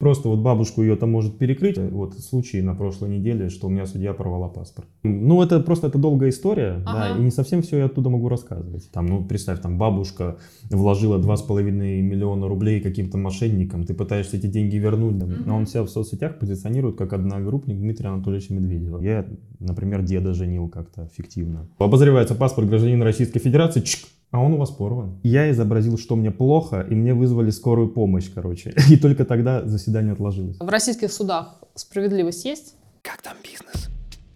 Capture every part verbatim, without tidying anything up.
просто вот бабушку ее там может перекрыть. Вот случай на прошлой неделе, что у меня судья порвала паспорт. Ну, это просто это долгая история, ага. да, и не совсем все я оттуда могу рассказывать. Там, ну, представь, там бабушка вложила два с половиной миллиона рублей каким-то мошенникам, ты пытаешься эти деньги вернуть, там, но он себя в соцсетях позиционирует как одногруппник Дмитрия Анатольевича Медведева. Я, например, деда женил как-то фиктивно. Обозревается паспорт гражданина Российской Федерации, чик, а он у вас порван. Я изобразил, что мне плохо, и мне вызвали скорую помощь, короче. И только тогда заседание отложилось. В российских судах справедливость есть? Как там бизнес?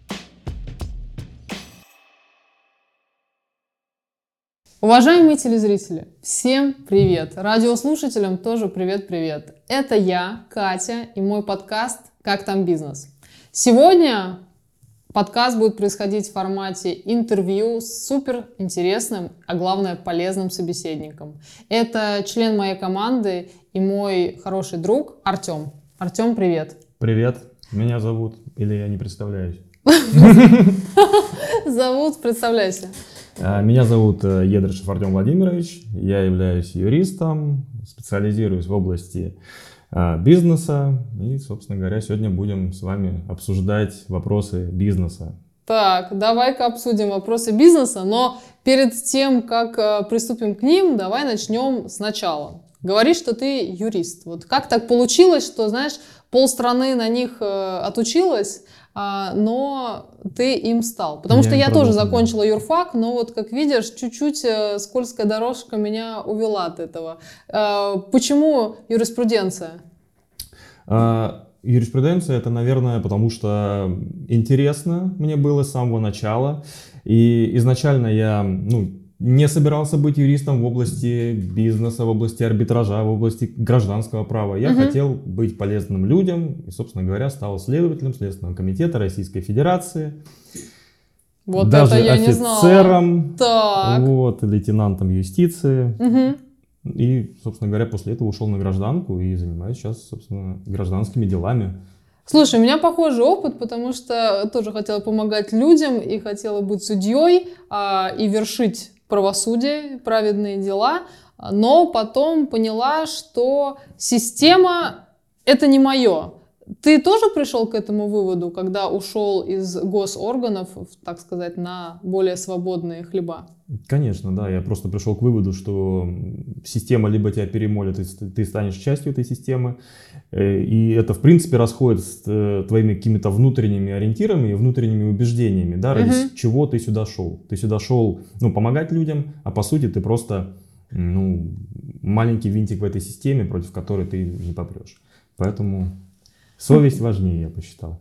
Уважаемые телезрители, всем привет! Радиослушателям тоже привет-привет! Это я, Катя, и мой подкаст «Как там бизнес?». Сегодня подкаст будет происходить в формате интервью с супер интересным, а главное полезным собеседником. Это член моей команды и мой хороший друг Артем. Артем, привет! Привет! Меня зовут, или я не представляюсь? Зовут, представляйся. Меня зовут Едрышев Артем Владимирович, я являюсь юристом, специализируюсь в области бизнеса и, собственно говоря, сегодня будем с вами обсуждать вопросы бизнеса. Так, давай-ка обсудим вопросы бизнеса, но перед тем, как приступим к ним, давай начнем сначала. Говоришь, что ты юрист. Вот как так получилось, что, знаешь, полстраны на них отучилась, но ты им стал? Потому я что я тоже закончила юрфак, но вот, как видишь, чуть-чуть скользкая дорожка меня увела от этого. Почему юриспруденция? Юриспруденция — это, наверное, потому что интересно мне было с самого начала. И изначально я, ну, не собирался быть юристом в области бизнеса, в области арбитража, в области гражданского права. Я uh-huh. хотел быть полезным людям и, собственно говоря, стал следователем Следственного комитета Российской Федерации. Вот даже это я офицером, не знала. Так. Вот, лейтенантом юстиции. Uh-huh. И, собственно говоря, после этого ушел на гражданку и занимаюсь сейчас, собственно, гражданскими делами. Слушай, у меня похожий опыт, потому что тоже хотела помогать людям и хотела быть судьей а, и вершить правосудие, праведные дела, но потом поняла, что система — это не мое. Ты тоже пришел к этому выводу, когда ушел из госорганов, так сказать, на более свободные хлеба? Конечно, да. Я просто пришел к выводу, что система либо тебя перемолит, и ты станешь частью этой системы, и это, в принципе, расходится с твоими какими-то внутренними ориентирами и внутренними убеждениями, да, ради uh-huh. чего ты сюда шел. Ты сюда шел, ну, помогать людям, а по сути ты просто, ну, маленький винтик в этой системе, против которой ты не попрешь. Поэтому совесть важнее, я посчитал.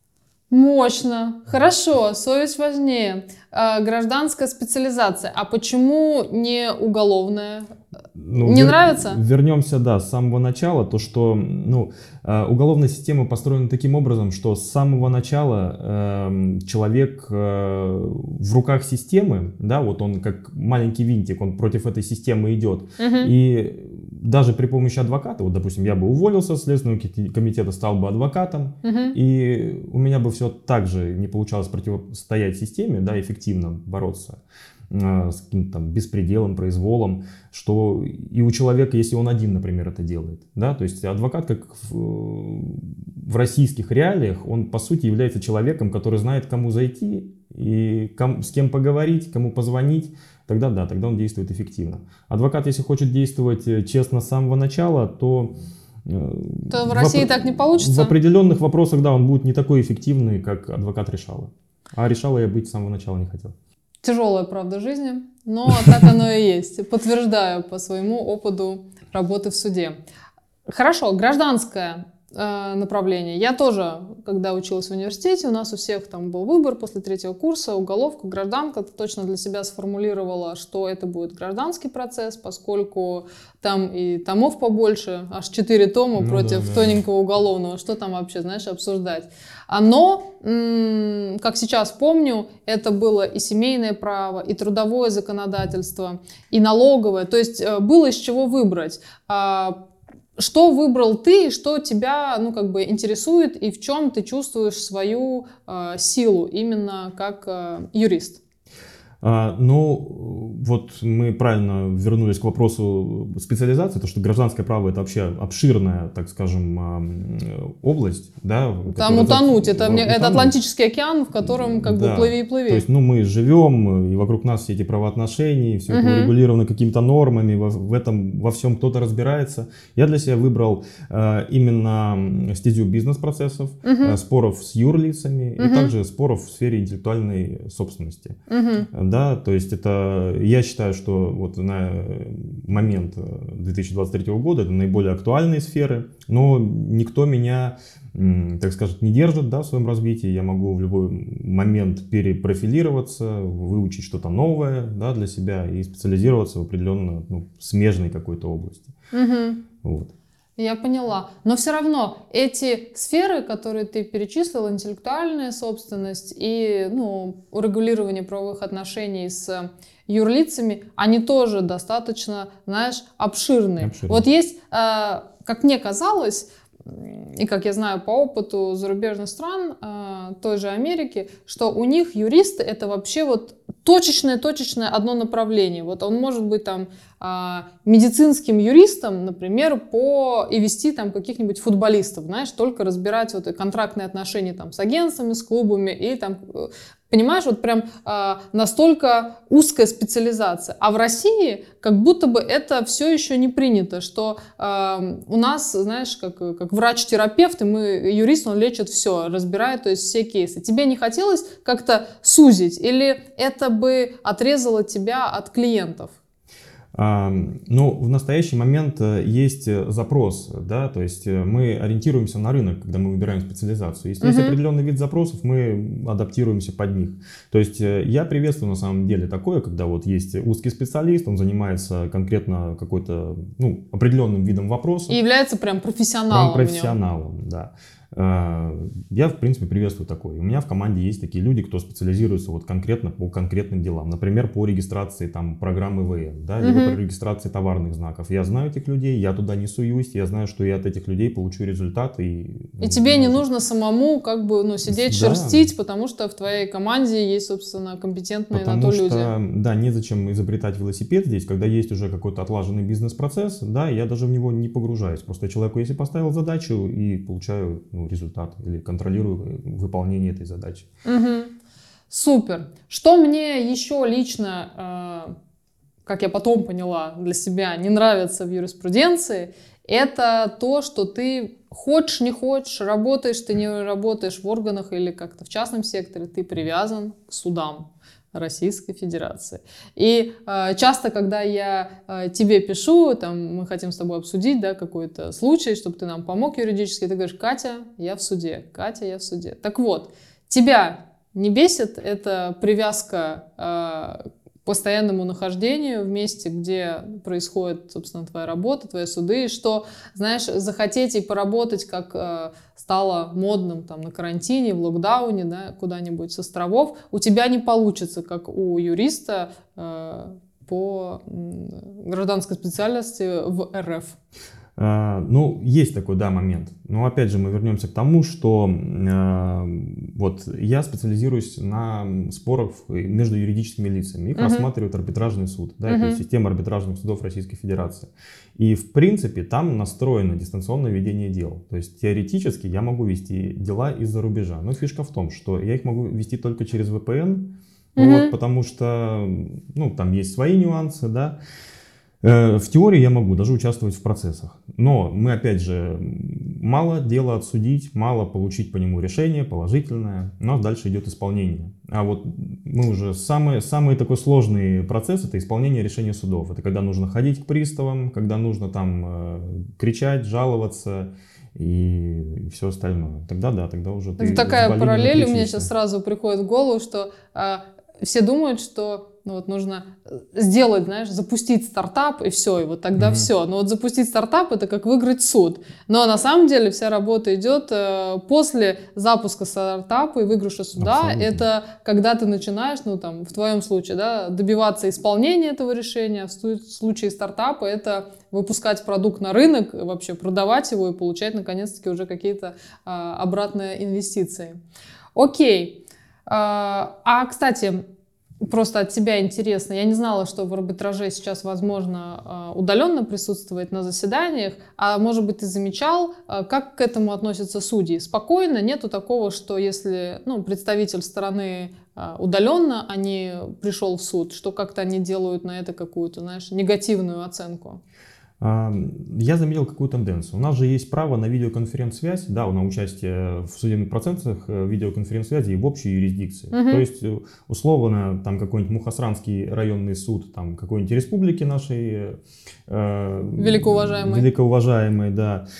Мощно. Хорошо, совесть важнее. А, гражданская специализация. А почему не уголовная? Ну, не вер... нравится? Вернемся, да, с самого начала. То, что, ну, уголовная система построена таким образом, что с самого начала э, человек э, в руках системы, да, вот он как маленький винтик, он против этой системы идет. Угу. И даже при помощи адвоката, вот, допустим, я бы уволился с Следственного комитета, стал бы адвокатом, угу. и у меня бы все так же не получалось противостоять системе, да, эффективно бороться э, с каким-то там беспределом, произволом, что и у человека, если он один, например, это делает, да, то есть адвокат, как в, в российских реалиях, он по сути является человеком, который знает, кому зайти и ком, с кем поговорить, кому позвонить. Тогда да, тогда он действует эффективно. Адвокат, если хочет действовать честно с самого начала, то... То в России в, так не получится? В определенных вопросах, да, он будет не такой эффективный, как адвокат решала. А решала я быть с самого начала не хотел. Тяжелая правда жизни, но так оно и есть. Подтверждаю по своему опыту работы в суде. Хорошо, гражданское направление. Я тоже, когда училась в университете, у нас у всех там был выбор после третьего курса, уголовка, гражданка. Ты точно для себя сформулировала, что это будет гражданский процесс, поскольку там и томов побольше, аж четыре тома ну, против да, тоненького да. уголовного. Что там вообще, знаешь, обсуждать? Но, как сейчас помню, это было и семейное право, и трудовое законодательство, и налоговое. То есть было из чего выбрать. Что выбрал ты, что тебя, ну, как бы интересует и в чем ты чувствуешь свою э, силу именно как э, юрист? А, ну, вот мы правильно вернулись к вопросу специализации, то, что гражданское право — это вообще обширная, так скажем, область, да. Там утонуть, за... это, утонуть. это Атлантический океан, в котором как да. бы плыви и плыви. То есть, ну, мы живем, и вокруг нас все эти правоотношения, все uh-huh. это урегулировано какими-то нормами, в, в этом во всем кто-то разбирается. Я для себя выбрал э, именно стезю бизнес-процессов, uh-huh. э, споров с юрлицами uh-huh. и также споров в сфере интеллектуальной собственности. Uh-huh. Да, то есть это, я считаю, что вот на момент две тысячи двадцать третьего года это наиболее актуальные сферы, но никто меня, так сказать, не держит, да, в своем развитии. Я могу в любой момент перепрофилироваться, выучить что-то новое, да, для себя и специализироваться в определенно, ну, смежной какой-то области. Uh-huh. Вот. Я поняла. Но все равно эти сферы, которые ты перечислил, интеллектуальная собственность и, ну, урегулирование правовых отношений с юрлицами, они тоже достаточно, знаешь, обширные. Обширные. Вот есть, э, как мне казалось, и как я знаю по опыту зарубежных стран, э, той же Америки, что у них юристы — это вообще вот точечное-точечное одно направление. Вот он может быть там медицинским юристом, например, по и вести там каких-нибудь футболистов, знаешь, только разбирать вот контрактные отношения там с агентствами, с клубами и там, понимаешь, вот прям а, настолько узкая специализация. А в России как будто бы это все еще не принято, что а, у нас, знаешь, как, как врач-терапевт, и мы, юрист, он лечит все, разбирает, то есть все кейсы. Тебе не хотелось как-то сузить или это бы отрезало тебя от клиентов? Ну, в настоящий момент есть запрос, да, то есть мы ориентируемся на рынок, когда мы выбираем специализацию. Если uh-huh. есть определенный вид запросов, мы адаптируемся под них. То есть я приветствую на самом деле такое, когда вот есть узкий специалист, он занимается конкретно какой-то, ну, определенным видом вопросов. И является прям профессионалом. Прям профессионалом, да. Я, в принципе, приветствую такое. У меня в команде есть такие люди, кто специализируется вот конкретно по конкретным делам. Например, по регистрации там программы ИВН, да, либо uh-huh. по регистрации товарных знаков. Я знаю этих людей, я туда не суюсь, я знаю, что я от этих людей получу результат. И, и ну, тебе не может... нужно самому как бы, ну, сидеть, да. шерстить, потому что в твоей команде есть, собственно, компетентные потому на то что, люди. Да, незачем изобретать велосипед здесь, когда есть уже какой-то отлаженный бизнес-процесс, да, я даже в него не погружаюсь. Просто человеку, если поставил задачу и получаю, ну, результат или контролирую выполнение этой задачи. Угу. Супер. Что мне еще лично, э, как я потом поняла для себя, не нравится в юриспруденции, это то, что ты хочешь, не хочешь, работаешь, ты не работаешь в органах или как-то в частном секторе, ты привязан к судам Российской Федерации. И э, часто, когда я э, тебе пишу, там, мы хотим с тобой обсудить, да, какой-то случай, чтобы ты нам помог юридически, ты говоришь: Катя, я в суде, Катя, я в суде. Так вот, тебя не бесит эта привязка э, к постоянному нахождению в месте, где происходит, собственно, твоя работа, твои суды, и что, знаешь, захотеть и поработать, как э, стало модным там на карантине, в локдауне, да, куда-нибудь с островов, у тебя не получится, как у юриста э, по гражданской специальности в эр эф. Uh, ну, есть такой, да, момент. Но опять же мы вернемся к тому, что uh, вот я специализируюсь на спорах между юридическими лицами. Их uh-huh. рассматривает арбитражный суд, да, uh-huh. это система арбитражных судов Российской Федерации. И в принципе там настроено дистанционное ведение дел. То есть теоретически я могу вести дела из-за рубежа. Но фишка в том, что я их могу вести только через ви пи эн, uh-huh. вот, потому что, ну, там есть свои нюансы, да. В теории я могу даже участвовать в процессах, но мы, опять же, мало дела отсудить, мало получить по нему решение положительное, у нас дальше идет исполнение. А вот мы уже самый, самый такой сложный процесс — это исполнение решения судов. Это когда нужно ходить к приставам, когда нужно там э, кричать, жаловаться и все остальное. Тогда да, тогда уже ты... Такая параллель у меня сейчас сразу приходит в голову, что э, все думают, что ну, вот нужно сделать, знаешь, запустить стартап и все, и вот тогда mm-hmm. все. Но вот запустить стартап — это как выиграть суд. Но на самом деле вся работа идет э, после запуска стартапа и выигрыша суда. Абсолютно. Это когда ты начинаешь, ну там в твоем случае, да, добиваться исполнения этого решения. В случае стартапа это выпускать продукт на рынок, вообще продавать его и получать наконец-таки уже какие-то э, обратные инвестиции. Окей. Э, а, кстати, Просто от тебя интересно. Я не знала, что в арбитраже сейчас возможно удаленно присутствовать на заседаниях. А может быть, ты замечал, как к этому относятся судьи? Спокойно? Нету такого, что если ну, представитель стороны удаленно, а не пришел в суд, что как-то они делают на это какую-то, знаешь, негативную оценку? Я заметил какую тенденцию. У нас же есть право на видеоконференц-связь, да, на участие в судебных процессах видеоконференц-связи и в общей юрисдикции. Угу. То есть, условно, там какой-нибудь Мухосранский районный суд, там какой-нибудь республики нашей э, великоуважаемой, великоуважаемой, да,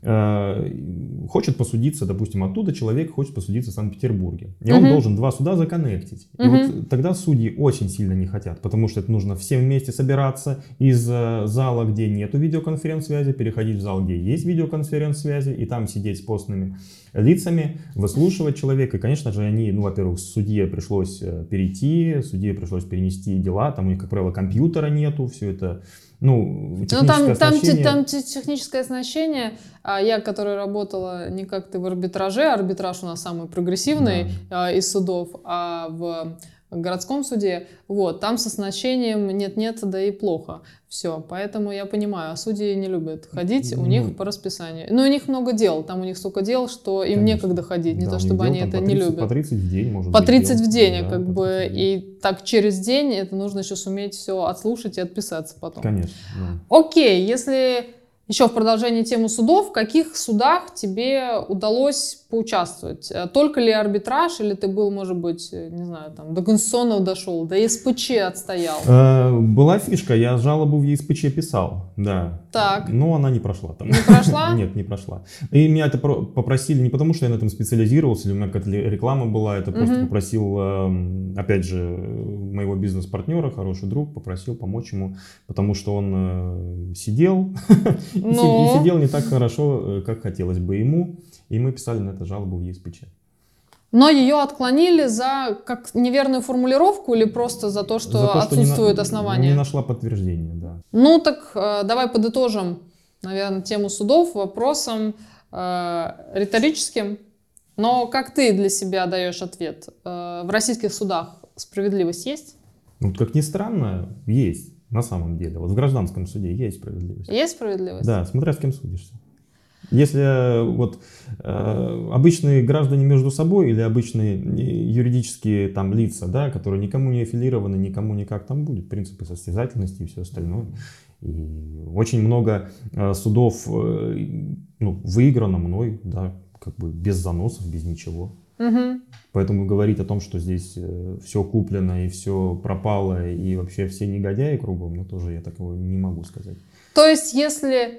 хочет посудиться, допустим, оттуда человек хочет посудиться в Санкт-Петербурге. И uh-huh. он должен два суда законнектить. И uh-huh. вот тогда судьи очень сильно не хотят, потому что это нужно всем вместе собираться из зала, где нету видеоконференц-связи, переходить в зал, где есть видеоконференц-связи, и там сидеть с постными лицами, выслушивать человека. И, конечно же, они, ну, во-первых, судье пришлось перейти, судье пришлось перенести дела, там у них, как правило, компьютера нету, все это... Ну, ну там, там, там техническое оснащение. А я, которая работала не как ты в арбитраже, арбитраж у нас самый прогрессивный да. из судов, а в городском суде, вот, там с оснащением нет-нет, да и плохо. Все, поэтому я понимаю, а судьи не любят ходить, у ну, них по расписанию. Но у них много дел, там у них столько дел, что им конечно. Некогда ходить, не да, то, чтобы они это тридцать, не любят. По тридцать в день, может По быть. тридцать дел. в день, да, как бы, и так через день это нужно еще суметь все отслушать и отписаться потом. Конечно. Да. Окей, если... Еще в продолжении темы судов, в каких судах тебе удалось поучаствовать? Только ли арбитраж, или ты был, может быть, не знаю, там, до конституционного дошел, до Е С П Ч отстоял? Была фишка, я жалобу в Е С П Ч писал, да. Так. Но она не прошла там. Не прошла? Нет, не прошла. И меня это попросили не потому, что я на этом специализировался, или у меня какая-то реклама была, это просто попросил, опять же, моего бизнес-партнера, хороший друг, попросил помочь ему, потому что он сидел... Но... И сидел не так хорошо, как хотелось бы ему, и мы писали на это жалобу в Е С П Ч. Но ее отклонили за как неверную формулировку или просто за то, что за то, отсутствует что не, основания? Не нашла подтверждения, да. Ну так давай подытожим, наверное, тему судов вопросом э, риторическим. Но как ты для себя даешь ответ? Э, в российских судах справедливость есть? Ну, как ни странно, есть. На самом деле, вот в гражданском суде есть справедливость. Есть справедливость? Да, смотря с кем судишься. Если вот э, обычные граждане между собой или обычные юридические там лица, да, которые никому не аффилированы, никому никак, там будет принципы состязательности и все остальное. И очень много э, судов э, ну, выиграно мной, да, как бы без заносов, без ничего. Угу. Поэтому говорить о том, что здесь э, все куплено и все пропало, и вообще все негодяи кругом, ну тоже я такого не могу сказать. То есть, если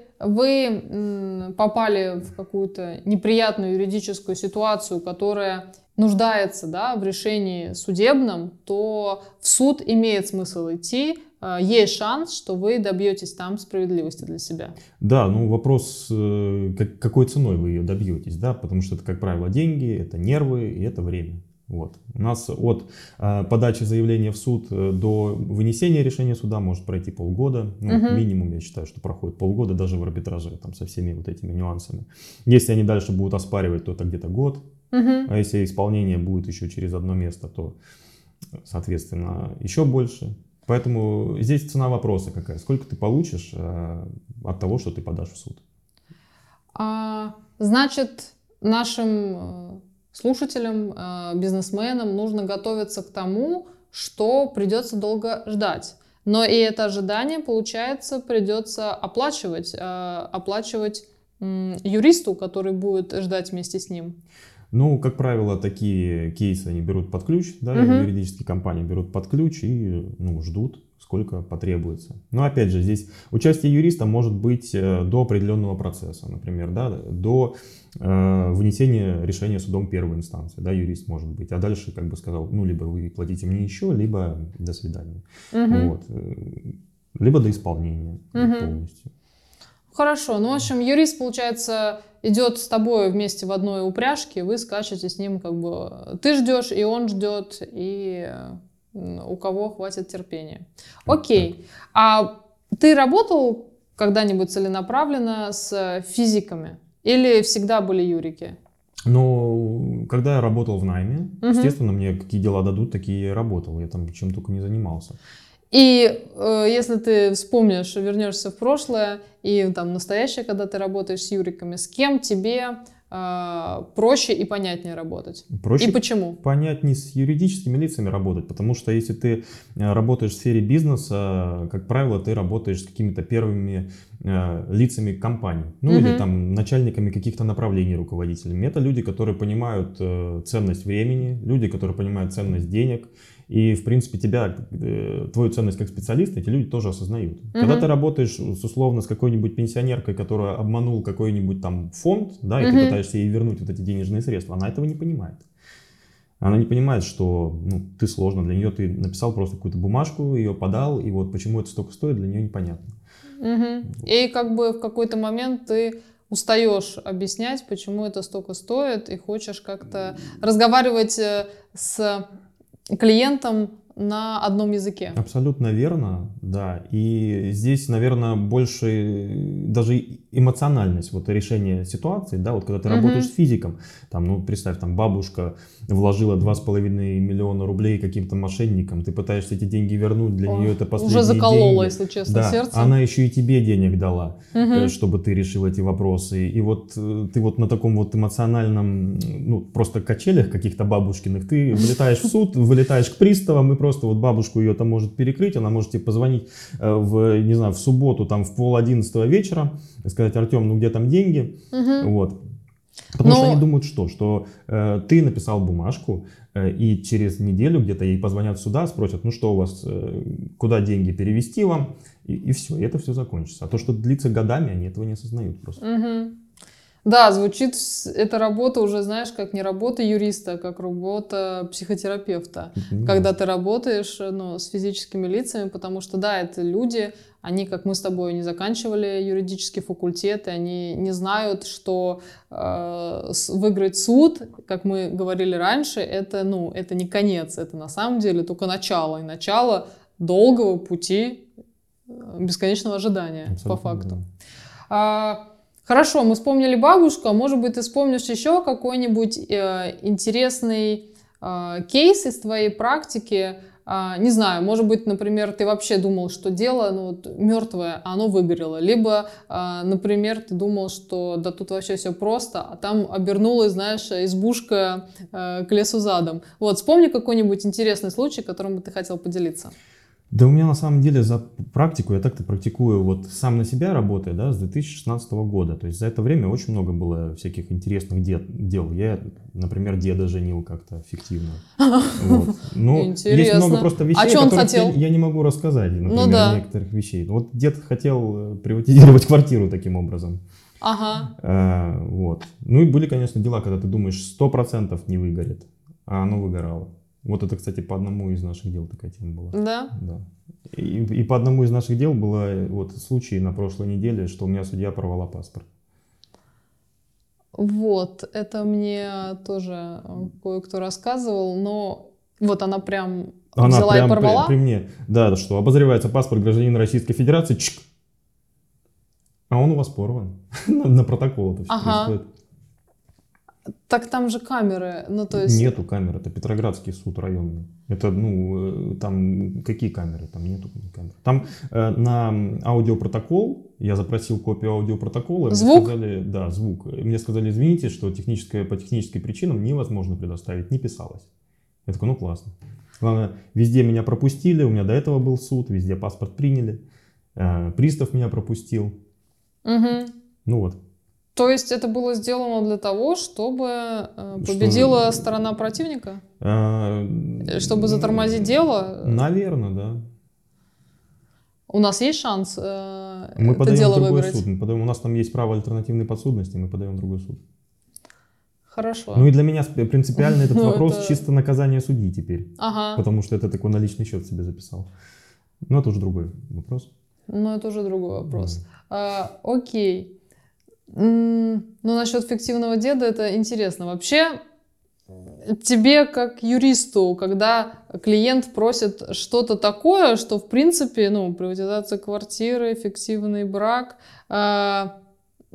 вы попали в какую-то неприятную юридическую ситуацию, которая нуждается, да, в решении судебном, то в суд имеет смысл идти, есть шанс, что вы добьетесь там справедливости для себя. Да, ну вопрос, какой ценой вы ее добьетесь, да, потому что это, как правило, деньги, это нервы и это время. Вот. У нас от э, подачи заявления в суд до вынесения решения суда может пройти полгода. Ну, uh-huh. Минимум, я считаю, что проходит полгода даже в арбитраже там, со всеми вот этими нюансами. Если они дальше будут оспаривать, то это где-то год. Uh-huh. А если исполнение будет еще через одно место, то, соответственно, еще больше. Поэтому здесь цена вопроса какая. Сколько ты получишь э, от того, что ты подашь в суд? А, значит, нашим... слушателям, бизнесменам нужно готовиться к тому, что придется долго ждать. Но и это ожидание, получается, придется оплачивать, оплачивать юристу, который будет ждать вместе с ним. Ну, как правило, такие кейсы они берут под ключ, да, угу. юридические компании берут под ключ и ну, ждут, сколько потребуется. Но опять же, здесь участие юриста может быть до определенного процесса, например, да, до э, вынесения решения судом первой инстанции, да, юрист может быть, а дальше, как бы сказал, ну, либо вы платите мне еще, либо до свидания, угу. вот. Либо до исполнения угу. полностью. Хорошо, ну, в общем, юрист, получается, идет с тобой вместе в одной упряжке, вы скачете с ним, как бы, ты ждешь, и он ждет, и у кого хватит терпения. Окей, а ты работал когда-нибудь целенаправленно с физиками или всегда были юрики? Но когда я работал в найме, Мгм. естественно, мне какие дела дадут, такие я и работал. Я там чем только не занимался. И э, если ты вспомнишь, вернешься в прошлое и там настоящее, когда ты работаешь с юриками, с кем тебе э, проще и понятнее работать? Проще И почему? понять не с юридическими лицами работать, потому что если ты э, работаешь в сфере бизнеса, как правило, ты работаешь с какими-то первыми э, лицами компаний, ну Мгм. или там начальниками каких-то направлений, руководителями. Это люди, которые понимают э, ценность времени, люди, которые понимают ценность денег. И, в принципе, тебя, э, твою ценность как специалиста эти люди тоже осознают. Мгм. Когда ты работаешь с, условно, с какой-нибудь пенсионеркой, которая обманул какой-нибудь там фонд, да, и ты Мгм. пытаешься ей вернуть вот эти денежные средства, она этого не понимает. Она не понимает, что ну, ты сложно. Для нее ты написал просто какую-то бумажку, ее подал, и вот почему это столько стоит, для нее непонятно. Мгм. И как бы в какой-то момент ты устаешь объяснять, почему это столько стоит, и хочешь как-то разговаривать э, с клиентом на одном языке. Абсолютно верно, да. И здесь, наверное, больше даже эмоциональность вот решения ситуации, да, вот когда ты Мгм. работаешь с физиком, там, ну, представь, там бабушка вложила два с половиной миллиона рублей каким-то мошенникам, ты пытаешься эти деньги вернуть, для Ох, нее это последние уже закололо, деньги. если честно, Да, сердце. она еще и тебе денег дала, Мгм. э, чтобы ты решил эти вопросы. И вот э, ты вот на таком вот эмоциональном, ну, просто качелях каких-то бабушкиных, ты вылетаешь в суд, вылетаешь к приставам, и просто вот бабушку ее там может перекрыть, она может тебе позвонить э, в, не знаю, в субботу там в пол одиннадцатого вечера и сказать: Артем, ну где там деньги? Мгм. Вот. Потому что Но- они думают, что, что э, ты написал бумажку, э, и через неделю где-то ей позвонят сюда, спросят, ну что у вас, э, куда деньги перевести вам, и, и все, и это все закончится. А то, что длится годами, они этого не осознают просто. Мгм. Да, звучит с- эта работа уже, знаешь, как не работа юриста, а как работа психотерапевта. Ну, Когда ты работаешь э, ну, с физическими лицами, потому что, да, это люди, они, как мы с тобой, не заканчивали юридический факультет, и они не знают, что э, с- выиграть суд, как мы говорили раньше, это, ну, это не конец, это на самом деле только начало, и начало долгого пути э, бесконечного ожидания, абсолютно по факту. верно. А, Хорошо, мы вспомнили бабушку, а может быть, ты вспомнишь еще какой-нибудь э, интересный э, кейс из твоей практики? А, не знаю, может быть, например, ты вообще думал, что дело ну, вот, мертвое, а оно выгорело. Либо, а, например, ты думал, что да тут вообще все просто, а там обернулась, знаешь, избушка э, к лесу задом. Вот, вспомни какой-нибудь интересный случай, которым бы ты хотел поделиться. Да у меня на самом деле за практику, я так-то практикую вот сам на себя работая, да, с две тысячи шестнадцатого года. То есть за это время очень много было всяких интересных дел. дел. Я, например, деда женил как-то фиктивно. Вот. Ну, есть Интересно. много просто А вещей, чё о он которых я, хотел? я не могу рассказать, например, да. некоторых вещей. Вот дед хотел э, приватизировать квартиру таким образом. Ага. А, вот. Ну и были, конечно, дела, когда ты думаешь, сто процентов не выгорит, а оно выгорало. Вот это, кстати, по одному из наших дел такая тема была. Да? Да. И, и по одному из наших дел было вот случай на прошлой неделе, что у меня судья порвала паспорт. Вот, это мне тоже э, кое-кто рассказывал, но вот она прям Она взяла и прям при, порвала. при мне, да, что обозревается паспорт гражданина Российской Федерации, чик, а он у вас порван. на, на протокол это все Ага. происходит. Так там же камеры, ну то есть... Нету камер, это Петроградский суд районный. Это, ну, э, там какие камеры? Там нету камер. Там э, на аудиопротокол, я запросил копию аудиопротокола. Звук? Мне сказали, да, звук. Мне сказали, извините, что техническое, по техническим причинам невозможно предоставить, не писалось. Я такой, ну классно. Главное, везде меня пропустили, у меня до этого был суд, везде паспорт приняли. Э, пристав меня пропустил. Мгм. Ну вот. То есть это было сделано для того, чтобы э, Что- победила сторона противника? Э, Чтобы затормозить дело? Наверное, да. У нас есть шанс э, Мы это подаем в дело другой выиграть? суд. Мы подаем, у нас там есть право альтернативной подсудности, мы подаем в другой суд. Хорошо. Ну и для меня сп- принципиально этот Ну, вопрос это- чисто наказание судьи теперь. Ага. Потому что это такой на личный счет себе записал. Но это уже другой вопрос. Ну, это уже другой вопрос. А, окей. М, Ну, насчет фиктивного деда, это интересно. Вообще, тебе, как юристу, когда клиент просит что-то такое, что, в принципе, ну, приватизация квартиры, фиктивный брак, а,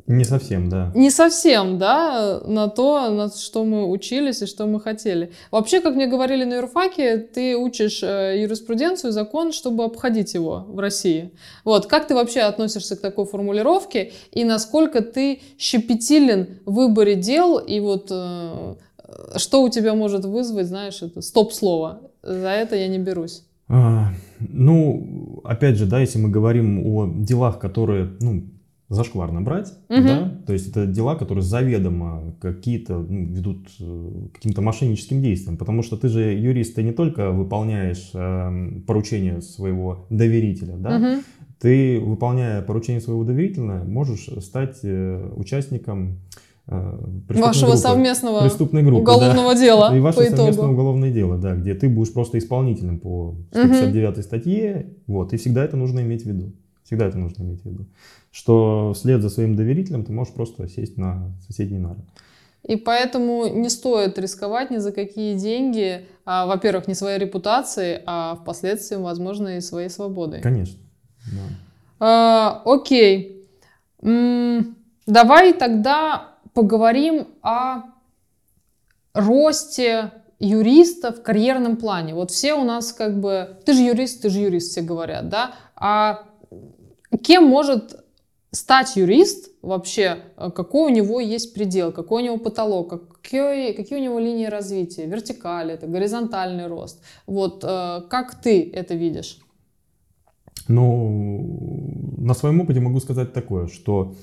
Не совсем, да. Не совсем, да, на то, на что мы учились и что мы хотели. Вообще, как мне говорили на юрфаке, ты учишь э, юриспруденцию, закон, чтобы обходить его в России. Вот, как ты вообще относишься к такой формулировке и насколько ты щепетилен в выборе дел и вот э, что у тебя может вызвать, знаешь, это стоп-слово. За это я не берусь. А, ну, опять же, да, если мы говорим о делах, которые, ну, зашкварно брать, Угу. да, то есть это дела, которые заведомо какие-то, ну, ведут э, к каким-то мошенническим действиям, потому что ты же юрист, ты не только выполняешь э, поручения своего доверителя, да, Угу. ты, выполняя поручение своего доверителя, можешь стать э, участником э, преступной Вашего группы, совместного преступной группы, уголовного да, дела и ваше по совместное итогу. уголовное дело, да, где ты будешь просто исполнителем по сто пятьдесят девятой статье, вот, и всегда это нужно иметь в виду. Всегда это нужно иметь в виду, что вслед за своим доверителем ты можешь просто сесть на соседние нары. И поэтому не стоит рисковать ни за какие деньги, а, во-первых, не своей репутацией, а впоследствии, возможно, и своей свободой. Конечно. Да. А, окей. М, давай тогда поговорим о росте юриста в карьерном плане. Вот все у нас как бы... Ты же юрист, ты же юрист, все говорят, да? А кем может стать юрист вообще? Какой у него есть предел? Какой у него потолок? Какие, какие у него линии развития? Вертикаль это, горизонтальный рост? Вот э, как ты это видишь? Ну, на своем опыте могу сказать такое, что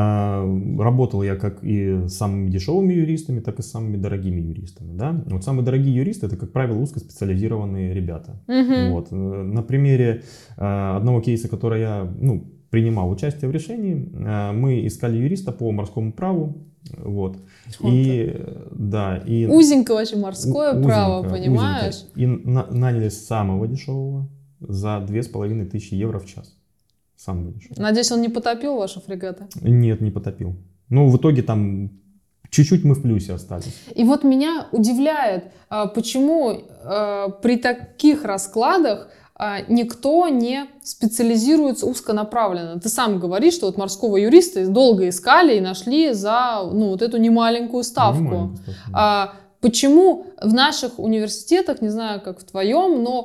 э, работал я как и с самыми дешевыми юристами, так и с самыми дорогими юристами. Да? Вот самые дорогие юристы — это, как правило, узкоспециализированные ребята. Угу. Вот. На примере э, одного кейса, который я ну, принимал участие в решении, э, мы искали юриста по морскому праву. Вот. И, да, и узенько очень морское узенько, право, понимаешь? Узенько. И на, наняли самого дешевого за две с половиной тысячи евро в час. Самого дешевого. Надеюсь, он не потопил ваши фрегаты? Нет, не потопил. Ну, в итоге там чуть-чуть мы в плюсе остались. И вот меня удивляет, почему при таких раскладах никто не специализируется узконаправленно. Ты сам говоришь, что вот морского юриста долго искали и нашли за ну, вот эту немаленькую ставку. Немаленькую ставку, да. А, почему в наших университетах, не знаю, как в твоем, но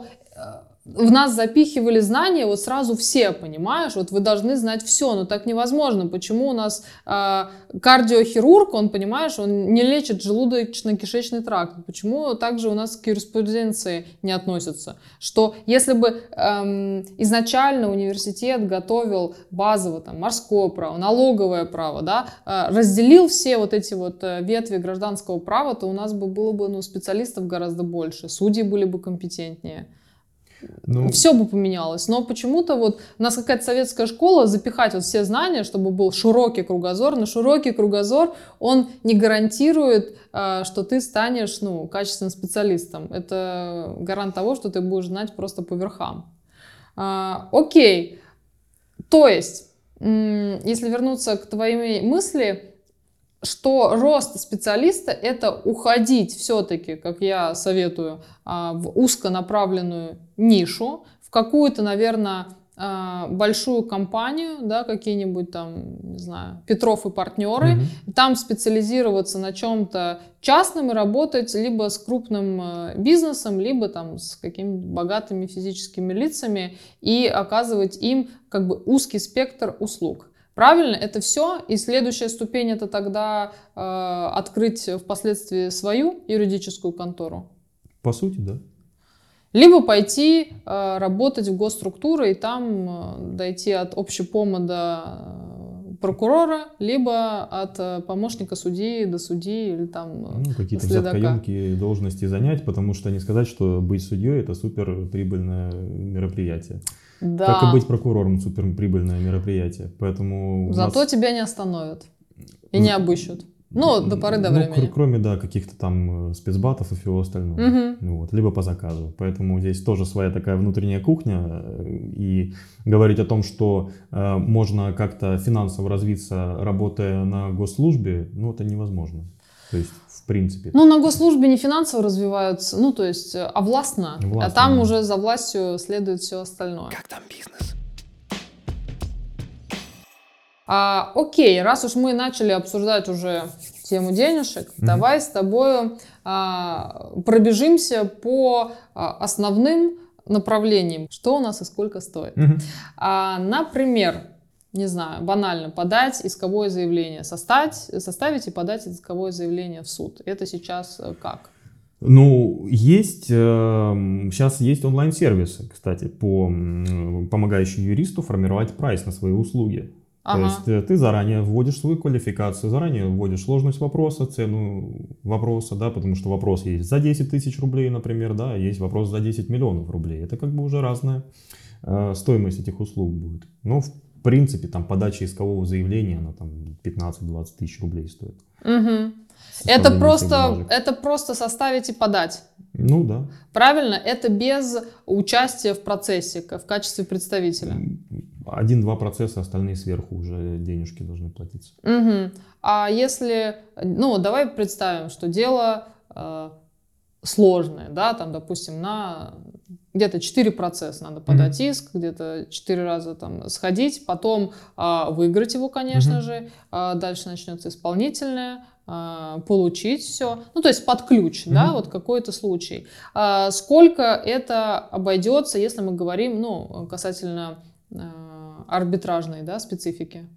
в нас запихивали знания вот сразу все, понимаешь? Вот вы должны знать все, но так невозможно. Почему у нас э, кардиохирург, он, понимаешь, он не лечит желудочно-кишечный тракт? Почему также у нас к юриспруденции не относятся? Что если бы эм, изначально университет готовил базово там, морское право, налоговое право, да, э, разделил все вот эти вот ветви гражданского права, то у нас бы было бы ну, специалистов гораздо больше, судьи были бы компетентнее. Ну, все бы поменялось, но почему-то вот у нас какая-то советская школа запихать вот все знания, чтобы был широкий кругозор, но широкий кругозор, он не гарантирует, что ты станешь ну, качественным специалистом. Это гарант того, что ты будешь знать просто по верхам. А, окей, то есть, если вернуться к твоей мысли, что рост специалиста — это уходить все-таки, как я советую, в узконаправленную нишу, в какую-то, наверное, большую компанию, да, какие-нибудь там, не знаю, Петров и партнеры, mm-hmm. там специализироваться на чем-то частном и работать либо с крупным бизнесом, либо там с какими-то богатыми физическими лицами и оказывать им как бы узкий спектр услуг. Правильно? Это все. И следующая ступень — это тогда э, открыть впоследствии свою юридическую контору. По сути, да. Либо пойти э, работать в госструктуры и там э, дойти от общепома до прокурора, либо от э, помощника судьи до судьи или там ну, какие-то следака. взяткоемкие должности занять, потому что не сказать, что быть судьей — это супер прибыльное мероприятие. Да. Как и быть прокурором — суперприбыльное мероприятие. Поэтому зато нас... тебя не остановят и не обыщут. Ну, до поры до ну, времени. Кр- кроме, да, каких-то там спецбатов и всего остального. Угу. Вот, либо по заказу. Поэтому здесь тоже своя такая внутренняя кухня. И говорить о том, что э, можно как-то финансово развиться, работая на госслужбе, ну, это невозможно. То есть, в принципе. Ну, на госслужбе не финансово развиваются, ну, то есть, а властно. властно а там да. уже за властью следует все остальное. Как там бизнес? А, окей, раз уж мы начали обсуждать уже тему денежек, mm-hmm. давай с тобой а, пробежимся по а, основным направлениям, что у нас и сколько стоит. Mm-hmm. А, например, не знаю, банально, подать исковое заявление, составить, составить и подать исковое заявление в суд. Это сейчас как? Ну, есть, э, сейчас есть онлайн-сервисы, кстати, по, помогающие юристу формировать прайс на свои услуги. Ага. То есть э, ты заранее вводишь свою квалификацию, заранее вводишь сложность вопроса, цену вопроса, да, потому что вопрос есть за десять тысяч рублей, например, да, есть вопрос за десять миллионов рублей. Это как бы уже разная э, стоимость этих услуг будет. Но в В принципе, там подача искового заявления, она там пятнадцать-двадцать тысяч рублей стоит. Угу. Это просто, это просто составить и подать. Ну да. Правильно? Это без участия в процессе, в качестве представителя. Один-два процесса, остальные сверху уже денежки должны платиться. Угу. А если, ну давай представим, что дело э, сложное, да, там, допустим, на... Где-то четыре процесса надо подать mm-hmm. иск, где-то четыре раза там сходить, потом а, выиграть его, конечно mm-hmm. же, а, дальше начнется исполнительное, а, получить все, ну то есть под ключ, mm-hmm. да, вот какой-то случай. А, сколько это обойдется, если мы говорим, ну, касательно а, арбитражной, да, специфики?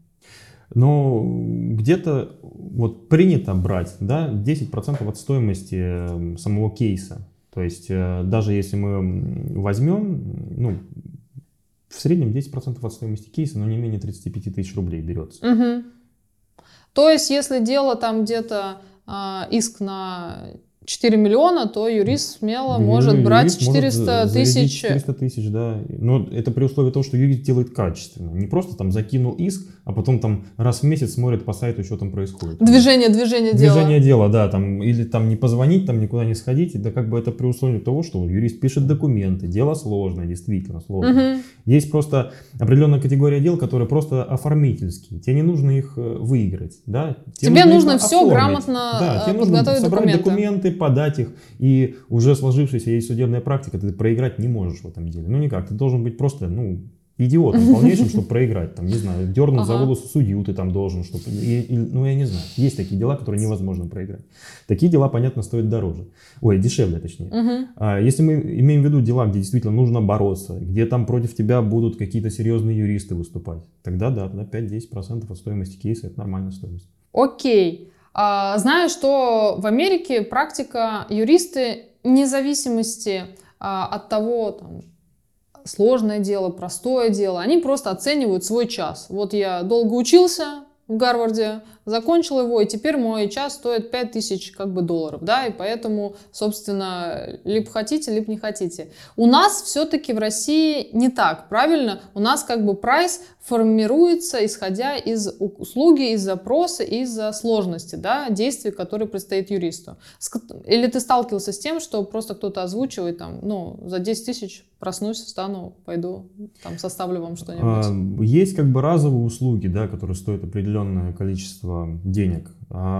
Но где-то вот принято брать, да, десять процентов от стоимости самого кейса. То есть даже если мы возьмем, ну, в среднем десять процентов от стоимости кейса, но не менее тридцать пять тысяч рублей берется. Угу. То есть если дело там где-то э, иск на четыре миллиона, то юрист смело ну, может юрист брать четыреста тысяч. четыреста тысяч, да. Но это при условии того, что юрист делает качественно. Не просто там закинул иск, а потом там раз в месяц смотрит по сайту, что там происходит. Движение, движение дела. Движение дела, да. Там, или там не позвонить, там никуда не сходить. Да как бы это при условии того, что юрист пишет документы. Дело сложное, действительно сложное. Угу. Есть просто определенная категория дел, которые просто оформительские. Тебе не нужно их выиграть. Да? Тебе, тебе нужно, нужно все оформить. Грамотно да, тебе подготовить нужно собрать документы. документы, подать их, и уже сложившаяся есть судебная практика, ты проиграть не можешь в этом деле. Ну никак, ты должен быть просто, ну, идиотом полнейшим, чтобы проиграть. Там, не знаю, дернуть ага. за волосы судью ты там должен, чтобы, и, и, ну я не знаю. Есть такие дела, которые невозможно проиграть. Такие дела, понятно, стоят дороже. Ой, дешевле точнее. Угу. А, если мы имеем в виду дела, где действительно нужно бороться, где там против тебя будут какие-то серьезные юристы выступать, тогда да, тогда пять-десять процентов от стоимости кейса это нормальная стоимость. Окей. А, знаю, что в Америке практика юристы вне зависимости а, от того, там, сложное дело, простое дело, они просто оценивают свой час. Вот я долго учился в Гарварде, закончил его, и теперь мой час стоит пять тысяч как бы долларов, да, и поэтому, собственно, либо хотите, либо не хотите. У нас все-таки в России не так, правильно? У нас как бы прайс формируется, исходя из услуги, из запроса, из сложности, да, действий, которые предстоит юристу. Или ты сталкивался с тем, что просто кто-то озвучивает, там, ну, за десять тысяч проснусь, встану, пойду, там, составлю вам что-нибудь. Есть как бы разовые услуги, да, которые стоят определенное количество денег.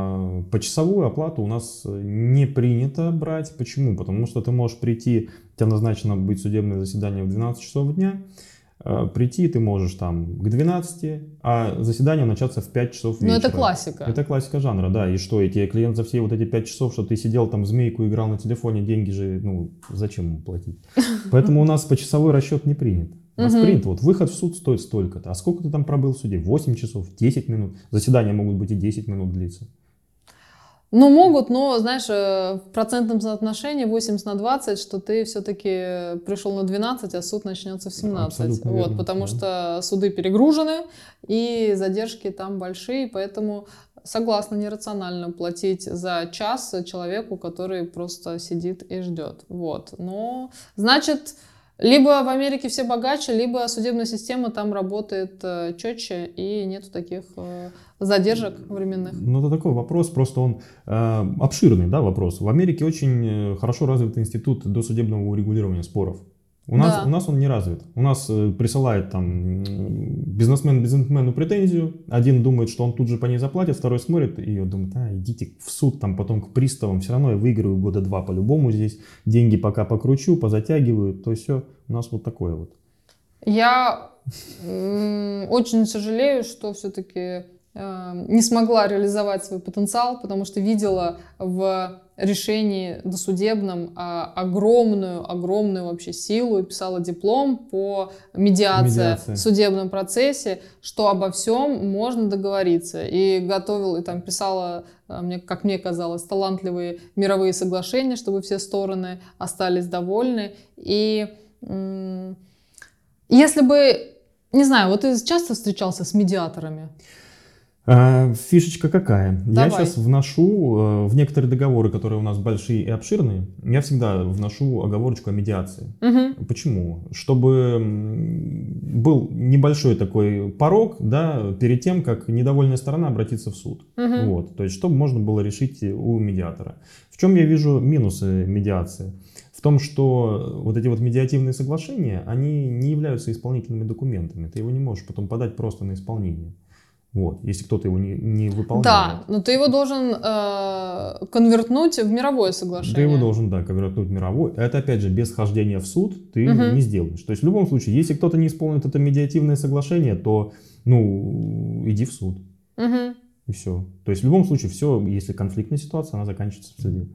А почасовую оплату у нас не принято брать. Почему? Потому что ты можешь прийти, у тебя назначено быть судебное заседание в двенадцать часов дня, прийти ты можешь там к двенадцати, а заседание начаться в пять часов вечера. Ну это классика. Это классика жанра, да. И что, и тебе клиент за все вот эти пять часов, что ты сидел там в змейку, играл на телефоне, деньги же, ну, зачем ему платить? Поэтому у нас почасовой расчет не принят. У нас принято, вот выход в суд стоит столько-то. А сколько ты там пробыл в суде? восемь часов, десять минут. Заседания могут быть и десять минут длиться. Ну, могут, но, знаешь, в процентном соотношении восемьдесят на двадцать, что ты все-таки пришел на двенадцать, а суд начнется в семнадцать. Абсолютно вот, верно, потому да. что суды перегружены, и задержки там большие, поэтому согласна, нерационально платить за час человеку, который просто сидит и ждет. Вот. Но, значит, либо в Америке все богаче, либо судебная система там работает э, четче и нету таких э, задержек временных. Ну, это такой вопрос, просто он э, обширный, да, вопрос. В Америке очень хорошо развит институт досудебного урегулирования споров. У нас, да. у нас он не развит. У нас э, присылает там бизнесмен бизнесмену претензию, один думает, что он тут же по ней заплатит, второй смотрит и думает, а, идите в суд, там потом к приставам, все равно я выиграю года два по-любому здесь, деньги пока покручу, позатягиваю, то все. У нас вот такое вот. Я м, очень сожалею, что все-таки э, не смогла реализовать свой потенциал, потому что видела в решении досудебном а, огромную, огромную вообще силу и писала диплом по медиации Медиация. в судебном процессе, что обо всем можно договориться. И готовила, и там писала, а, мне, как мне казалось, талантливые мировые соглашения, чтобы все стороны остались довольны. И м, если бы, не знаю, вот ты часто встречался с медиаторами? А, фишечка какая? Давай. Я сейчас вношу э, в некоторые договоры, которые у нас большие и обширные, я всегда вношу оговорочку о медиации. Угу. Почему? Чтобы м, был небольшой такой порог, да, перед тем, как недовольная сторона обратится в суд. Угу. Вот, то есть, чтобы можно было решить у медиатора. В чем я вижу минусы медиации? В том, что вот эти вот медиативные соглашения, они не являются исполнительными документами. Ты его не можешь потом подать просто на исполнение. Вот, если кто-то его не, не выполняет. Да, но ты его должен э, конвертнуть в мировое соглашение. Ты его должен, да, конвертнуть в мировой. Это, опять же, без хождения в суд ты Мгм. не сделаешь. То есть, в любом случае, если кто-то не исполнит это медиативное соглашение, то, ну, иди в суд. Мгм. И все. То есть, в любом случае, все, если конфликтная ситуация, она заканчивается в суде.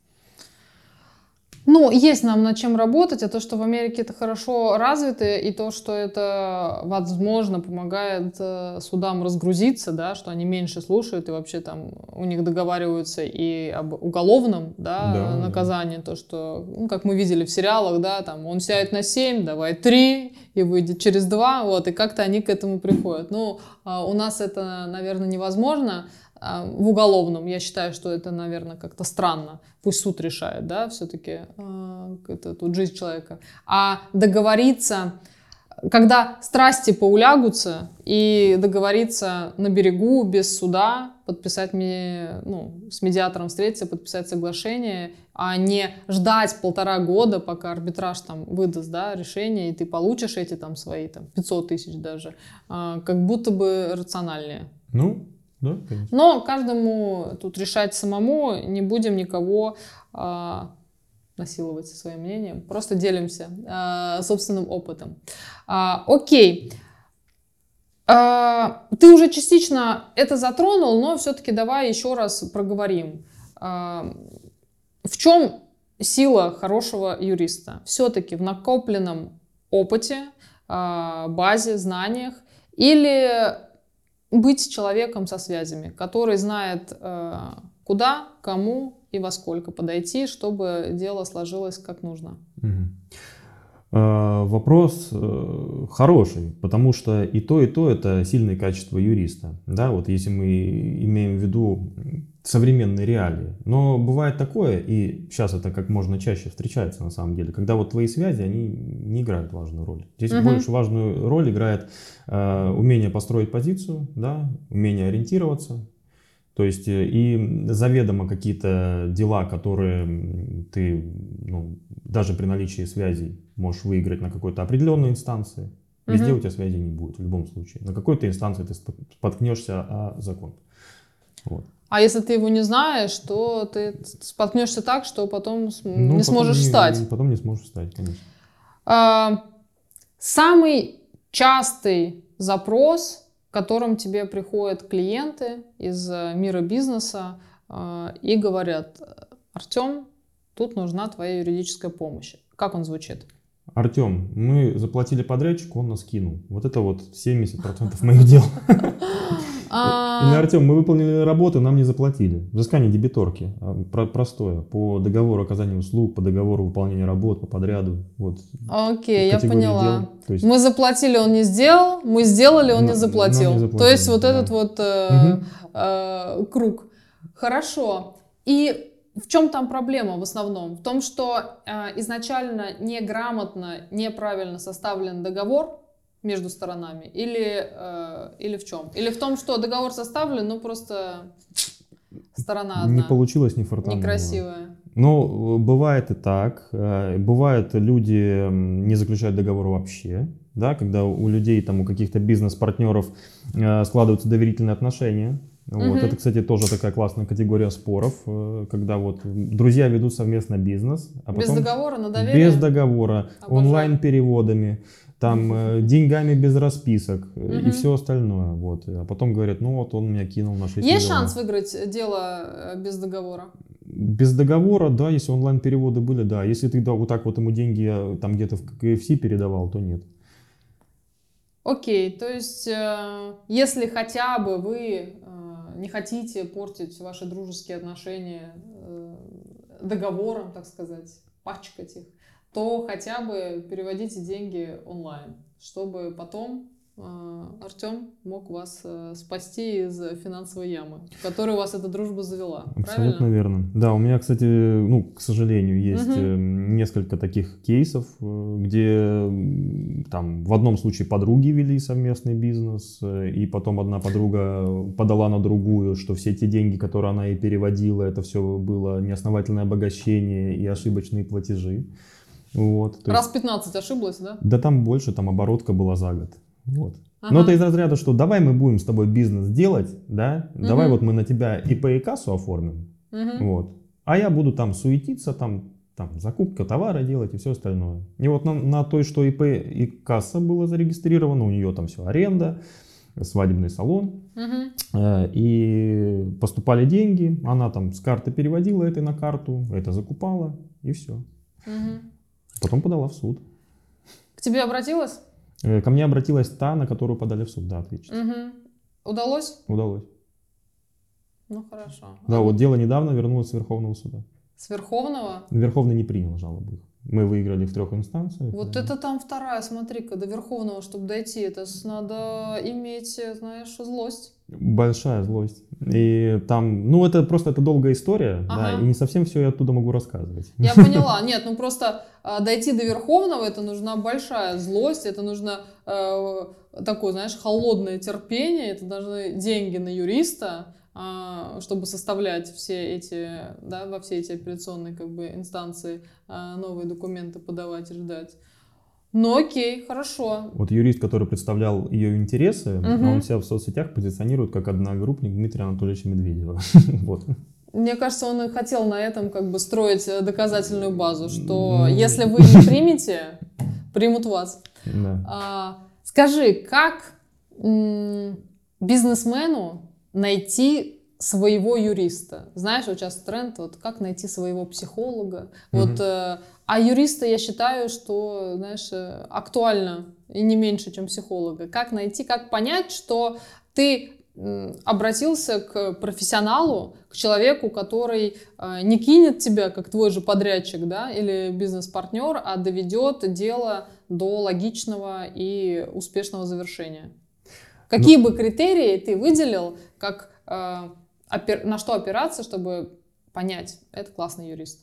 Ну, есть нам над чем работать, а то, что в Америке это хорошо развито, и то, что это, возможно, помогает э, судам разгрузиться, да, что они меньше слушают, и вообще там у них договариваются и об уголовном, да, Да, да. наказании, то, что, ну, как мы видели в сериалах, да, там, он сядет на семь, давай три, и выйдет через два, вот, и как-то они к этому приходят. Ну, а у нас это, наверное, невозможно. А, в уголовном, я считаю, что это, наверное, как-то странно. Пусть суд решает, да, все-таки э, это тут жизнь человека. А договориться, когда страсти поулягутся, и договориться на берегу, без суда, подписать мне, ну, с медиатором встретиться, подписать соглашение, а не ждать полтора года, пока арбитраж там выдаст, да, решение, и ты получишь эти там свои там, пятьсот тысяч даже, э, как будто бы рациональнее. Ну, да, конечно. Но каждому тут решать самому, не будем никого э, насиловать со своим мнением, просто делимся э, собственным опытом. А, окей, а, ты уже частично это затронул, но все-таки давай еще раз проговорим. А, в чем сила хорошего юриста? Все-таки в накопленном опыте, а, базе, знаниях или быть человеком со связями, который знает, куда, кому и во сколько подойти, чтобы дело сложилось как нужно. Мгм. А, Вопрос э, хороший, потому что и то, и то это сильные качества юриста. Да, вот если мы имеем в виду современные реалии. Но бывает такое, и сейчас это как можно чаще встречается на самом деле, когда вот твои связи, они не играют важную роль. Здесь Мгм. больше важную роль играет э, умение построить позицию, да, умение ориентироваться. То есть э, и заведомо какие-то дела, которые м, ты, ну, даже при наличии связей можешь выиграть на какой-то определенной инстанции. Везде Мгм. у тебя связи не будет в любом случае. На какой-то инстанции ты спот- споткнешься о закон. Вот. А если ты его не знаешь, то ты споткнешься так, что потом с- Ну, не потом сможешь не- встать. Потом не сможешь встать, конечно. А, самый частый запрос, к которым тебе приходят клиенты из э, мира бизнеса а, и говорят: Артем, тут нужна твоя юридическая помощь. Как он звучит? Артем, мы заплатили подрядчику, он нас кинул. Вот это вот семьдесят процентов моих дел. Или, А, Артем, мы выполнили работу, нам не заплатили. Взыскание дебиторки. а, про- Простое. По договору оказания услуг, по договору выполнения работ, по подряду. Вот. Окей, я Категории поняла. дел. То есть, Мы заплатили, он не сделал, мы сделали, он на- не заплатил. нам не То заплатили, есть вот да. этот вот э, Мгм. э, круг. Хорошо. И в чем там проблема в основном? В том, что э, изначально неграмотно, неправильно составлен договор между сторонами? Или, э, или в чем? Или в том, что договор составлен, но просто сторона одна Не получилось, не фартануло. некрасивая? Ну, э, бывает и так. Э, Бывает, люди м, не заключают договор вообще, да, когда у людей, там, у каких-то бизнес-партнеров э, складываются доверительные отношения. Вот. Мгм. Это, кстати, тоже такая классная категория споров, э, когда вот друзья ведут совместно бизнес, а Без потом договора на доверие? без договора, Обожаю. онлайн-переводами. там э, деньгами без расписок э, и Мгм. все остальное. Вот. А потом говорят, ну вот он меня кинул на шесть Есть миллионов. шанс выиграть дело э, без договора? Без договора, да, если онлайн-переводы были, да. Если ты да, вот так вот ему деньги э, там где-то в ка эф си передавал, то нет. Окей, то есть, э, если хотя бы вы э, не хотите портить ваши дружеские отношения э, договором, так сказать, пачкать их, то хотя бы переводите деньги онлайн, чтобы потом э, Артем мог вас э, спасти из финансовой ямы, в которую вас эта дружба завела. Абсолютно Правильно? верно. Да, у меня, кстати, ну, к сожалению, есть Мгм. э, несколько таких кейсов, э, где м, там в одном случае подруги вели совместный бизнес, э, и потом одна подруга подала на другую, что все те деньги, которые она ей переводила, это все было неосновательное обогащение и ошибочные платежи. Вот, то Раз есть, пятнадцать ошиблась, да? да там больше, там оборотка была за год. Вот. Но это Ага. из разряда, что давай мы будем с тобой бизнес делать, да, давай Мгм. вот мы на тебя ИП и кассу оформим, Мгм. вот, а я буду там суетиться, там, там закупка товара делать и все остальное. И вот на, на той, что ИП и касса было зарегистрировано, у нее там все аренда, свадебный салон, Мгм. э, и поступали деньги, она там с карты переводила это на карту, это закупала, и все. Мгм. Потом подала в суд. К тебе обратилась? Э, Ко мне обратилась та, на которую подали в суд, да, ответчица. Мгм. Удалось? Удалось. Ну хорошо. Да, А вот дело недавно вернулось с Верховного суда. с Верховного? Верховный не принял жалобы их. Мы выиграли в трех инстанциях. Вот да. это там вторая, смотри-ка, до Верховного, чтобы дойти, это с- надо иметь, э, знаешь, злость. Большая злость. И там, ну это просто это долгая история, да, Ага. и не совсем все я оттуда могу рассказывать. Я поняла. Нет, ну просто а, дойти до Верховного, это нужна большая злость, это нужно э, такое, знаешь, холодное терпение, это должны деньги на юриста, а, чтобы составлять все эти, да, во все эти апелляционные как бы инстанции а, новые документы подавать и ждать. Ну окей, хорошо. Вот юрист, который представлял ее интересы, Мгм. он себя в соцсетях позиционирует как одногруппник Дмитрия Анатольевича Медведева. Вот. Мне кажется, он и хотел на этом как бы строить э, доказательную базу, что Ну. если вы не примете, примут вас. Да. А, скажи, как м, бизнесмену найти своего юриста? Знаешь, вот сейчас тренд, вот как найти своего психолога. Вот, Мгм. э, а юриста я считаю, что, знаешь, э, актуально и не меньше, чем психолога. Как найти, как понять, что ты м, обратился к профессионалу, к человеку, который э, не кинет тебя, как твой же подрядчик, да, или бизнес-партнер, а доведет дело до логичного и успешного завершения. Какие бы критерии ты выделил, как, э, опер- на что опираться, чтобы понять, это классный юрист?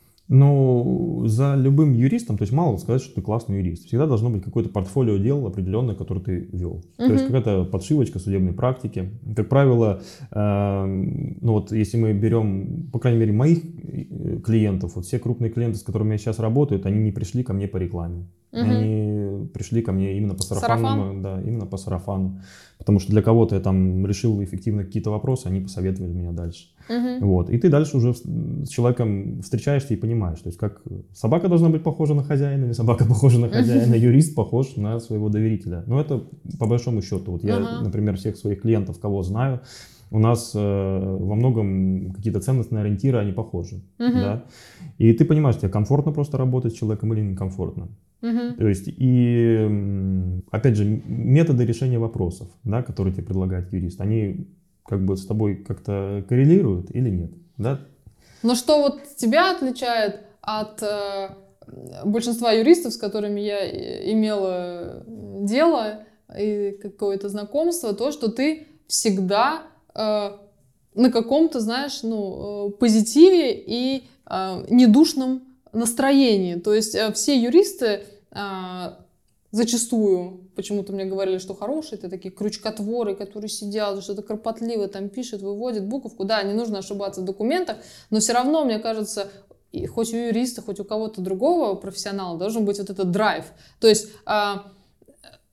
Ну, за любым юристом, то есть мало сказать, что ты классный юрист. Всегда должно быть какое-то портфолио дел определенное, которое ты вел. То есть Мгм. какая-то подшивочка судебной практики. Как правило, э, ну вот если мы берем, по крайней мере, моих э, клиентов, вот все крупные клиенты, с которыми я сейчас работаю, они не пришли ко мне по рекламе. Мгм. Они пришли ко мне именно по сарафанному, Сарафан? да, именно по сарафану. Потому что для кого-то я там решил эффективно какие-то вопросы, они посоветовали меня дальше. Мгм. Вот. И ты дальше уже с человеком встречаешься и понимаешь, то есть как собака должна быть похожа на хозяина, или собака похожа на хозяина, юрист похож на своего доверителя. Но это по большому счету. Вот я, Ага. например, всех своих клиентов, кого знаю, у нас э, во многом какие-то ценностные ориентиры, они похожи. Мгм. Да? И ты понимаешь, тебе комфортно просто работать с человеком или некомфортно. Мгм. То есть, и м, опять же, м- методы решения вопросов, да, которые тебе предлагает юрист, они как бы с тобой как-то коррелируют или нет, да? Но что вот тебя отличает от э, большинства юристов, с которыми я э, имела дело и какое-то знакомство, то, что ты всегда э, на каком-то, знаешь, ну, э, позитиве и э, недушном настроении. То есть э, все юристы э, зачастую, почему-то мне говорили, что хорошие, это такие крючкотворы, которые сидят, что-то кропотливо там пишут, выводят буковку. Да, не нужно ошибаться в документах, но все равно, мне кажется, и хоть у юриста, хоть у кого-то другого профессионала должен быть вот этот драйв. То есть а,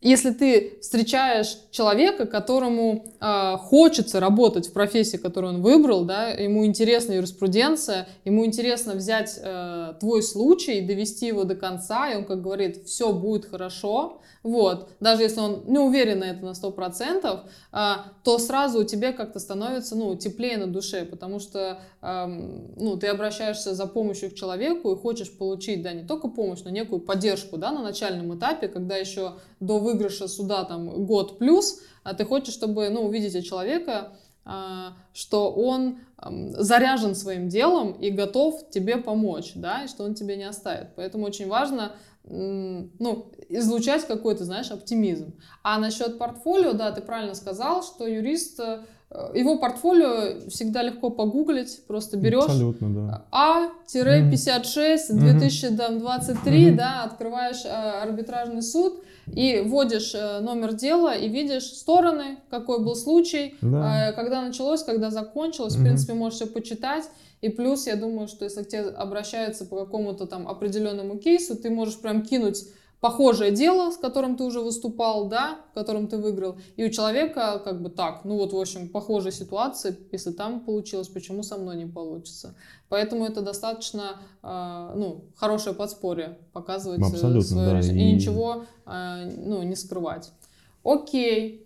Если ты встречаешь человека, которому э, хочется работать в профессии, которую он выбрал, да, ему интересна юриспруденция, ему интересно взять э, твой случай, довести его до конца, и он как говорит, все будет хорошо, вот, даже если он не уверен на это на сто процентов, э, то сразу у тебя как-то становится, ну, теплее на душе, потому что, э, ну, ты обращаешься за помощью к человеку и хочешь получить, да, не только помощь, но некую поддержку, да, на начальном этапе, когда еще до выигрыша суда там год плюс, а ты хочешь, чтобы, ну, увидеть от человека, а, что он а, заряжен своим делом и готов тебе помочь, да, и что он тебя не оставит. Поэтому очень важно, ну, излучать какой-то, знаешь, оптимизм. А насчет портфолио, да, ты правильно сказал, что юрист, его портфолио всегда легко погуглить, просто берешь да. А пятьдесят шесть две тысячи двадцать три, mm-hmm. да, открываешь а, арбитражный суд и вводишь а, номер дела и видишь стороны, какой был случай, да. а, когда началось, когда закончилось, mm-hmm. в принципе, можешь все почитать. И плюс, я думаю, что если к тебе обращаются по какому-то там определенному кейсу, ты можешь прям кинуть похожее дело, с которым ты уже выступал, да, в котором ты выиграл, и у человека как бы так, ну вот, в общем, похожая ситуация, если там получилось, почему со мной не получится. Поэтому это достаточно, э, ну, хорошее подспорье, показывать абсолютно, свое да, решение, и... и ничего, э, ну, не скрывать. Окей.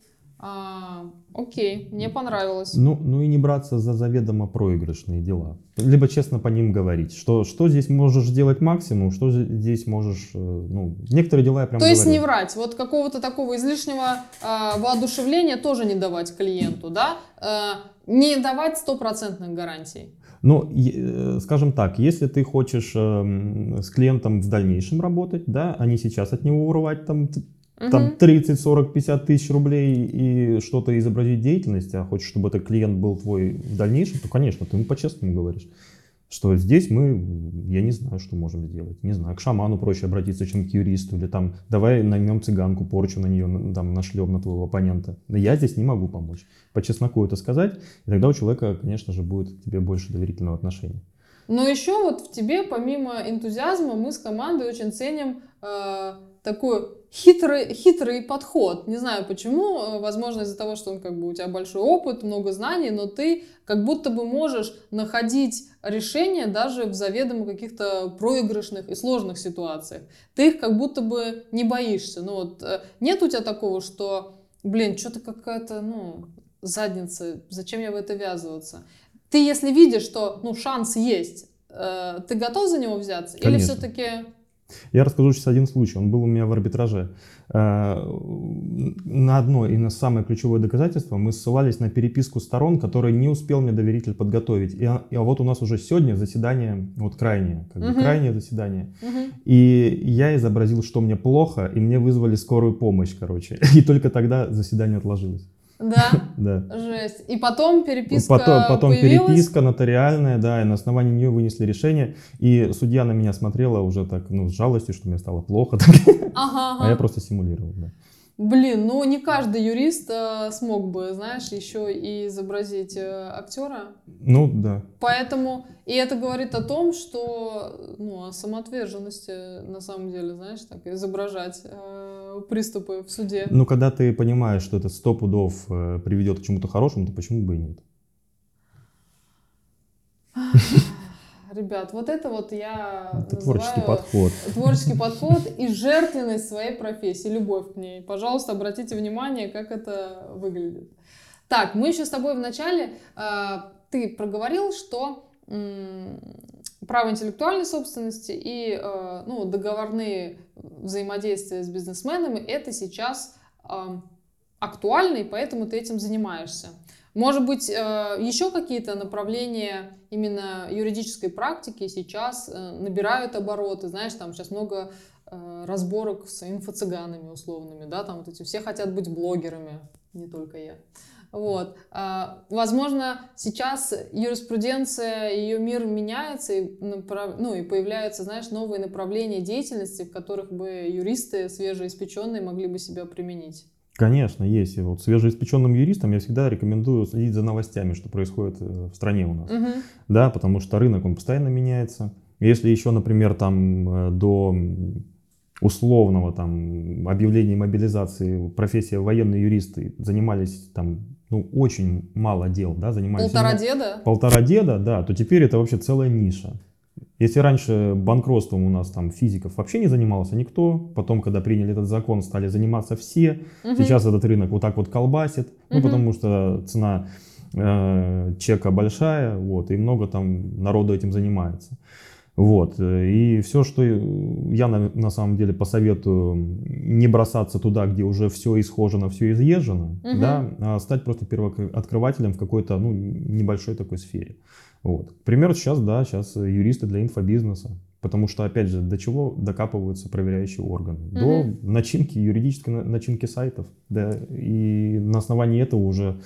А, окей, мне понравилось. Ну, ну и не браться за заведомо проигрышные дела. Либо честно по ним говорить, что, что здесь можешь делать максимум, что здесь можешь, ну, некоторые дела я прям То говорю. есть не врать, вот какого-то такого излишнего э, воодушевления тоже не давать клиенту, да? Э, не давать стопроцентных гарантий. Ну, скажем так, если ты хочешь э, с клиентом в дальнейшем работать, да, а не сейчас от него урвать там... Там тридцать, сорок, пятьдесят тысяч рублей и что-то изобразить деятельность, а хочешь, чтобы этот клиент был твой в дальнейшем, то, конечно, ты ему по-честному говоришь, что здесь мы, я не знаю, что можем сделать. Не знаю, к шаману проще обратиться, чем к юристу, или там, давай наймем цыганку, порчу на нее там нашлем на твоего оппонента. Но я здесь не могу помочь. По чесноку это сказать, и тогда у человека, конечно же, будет к тебе больше доверительного отношения. Но еще вот в тебе, помимо энтузиазма, мы с командой очень ценим э, такой хитрый, хитрый подход. Не знаю почему, возможно из-за того, что он, как бы, у тебя большой опыт, много знаний, но ты как будто бы можешь находить решения даже в заведомо каких-то проигрышных и сложных ситуациях. Ты их как будто бы не боишься. Ну, вот, нет у тебя такого, что, блин, что-то какая-то, ну, задница, зачем я в это ввязываться? Ты, если видишь, что, ну, шанс есть, э, ты готов за него взяться? Конечно. Или все-таки... Я расскажу сейчас один случай. Он был у меня в арбитраже. Э, на одно и на самое ключевое доказательство мы ссылались на переписку сторон, которые не успел мне доверитель подготовить. И, а, и а вот у нас уже сегодня заседание, вот крайнее, как бы, uh-huh. крайнее заседание. Uh-huh. И я изобразил, что мне плохо, и мне вызвали скорую помощь, короче. И только тогда заседание отложилось. Да? Да. Жесть. И потом переписка Потом, потом появилась? переписка нотариальная, да, и на основании нее вынесли решение. И судья на меня смотрела уже так, ну, с жалостью, что мне стало плохо. Ага, ага. А я просто симулировал, да. Блин, ну не каждый юрист э, смог бы, знаешь, еще и изобразить э, актера. Ну, да. Поэтому, и это говорит о том, что, ну, о самоотверженности, на самом деле, знаешь, так, изображать э, приступы в суде. Ну, когда ты понимаешь, что это сто пудов э, приведет к чему-то хорошему, то почему бы и нет? Ребят, вот это вот я это творческий подход. Творческий подход и жертвенность своей профессии, любовь к ней. Пожалуйста, обратите внимание, как это выглядит. Так, мы еще с тобой вначале, э, ты проговорил, что э, право интеллектуальной собственности и э, ну, договорные взаимодействия с бизнесменами это сейчас э, актуально, и поэтому ты этим занимаешься. Может быть, еще какие-то направления именно юридической практики сейчас набирают обороты. Знаешь, там сейчас много разборок с инфо-цыганами условными, да, там вот эти все хотят быть блогерами, не только я. Вот. Возможно, сейчас юриспруденция, ее мир меняется, и, направ... ну, и появляются, знаешь, новые направления деятельности, в которых бы юристы свежеиспеченные могли бы себя применить. Конечно, есть. И вот свежеиспеченным юристам я всегда рекомендую следить за новостями, что происходит в стране у нас. Uh-huh. Да, потому что рынок, он постоянно меняется. Если еще, например, там до условного там объявления мобилизации, профессия военные юристы занимались там, ну, очень мало дел, да, занимались... Полтора именно, деда? Полтора деда, да, то теперь это вообще целая ниша. Если раньше банкротством у нас там физиков вообще не занимался никто, потом, когда приняли этот закон, стали заниматься все, Угу. сейчас этот рынок вот так вот колбасит, ну, Угу. потому что цена э, чека большая, вот, и много там народу этим занимается. Вот, и все, что я на, на самом деле посоветую, не бросаться туда, где уже все исхожено, все изъезжено, Угу. да, а стать просто первооткрывателем в какой-то, ну, небольшой такой сфере. Вот. К примеру, сейчас, да, сейчас юристы для инфобизнеса, потому что, опять же, до чего докапываются проверяющие органы? Угу. До начинки, юридической начинки сайтов, да, и на основании этого уже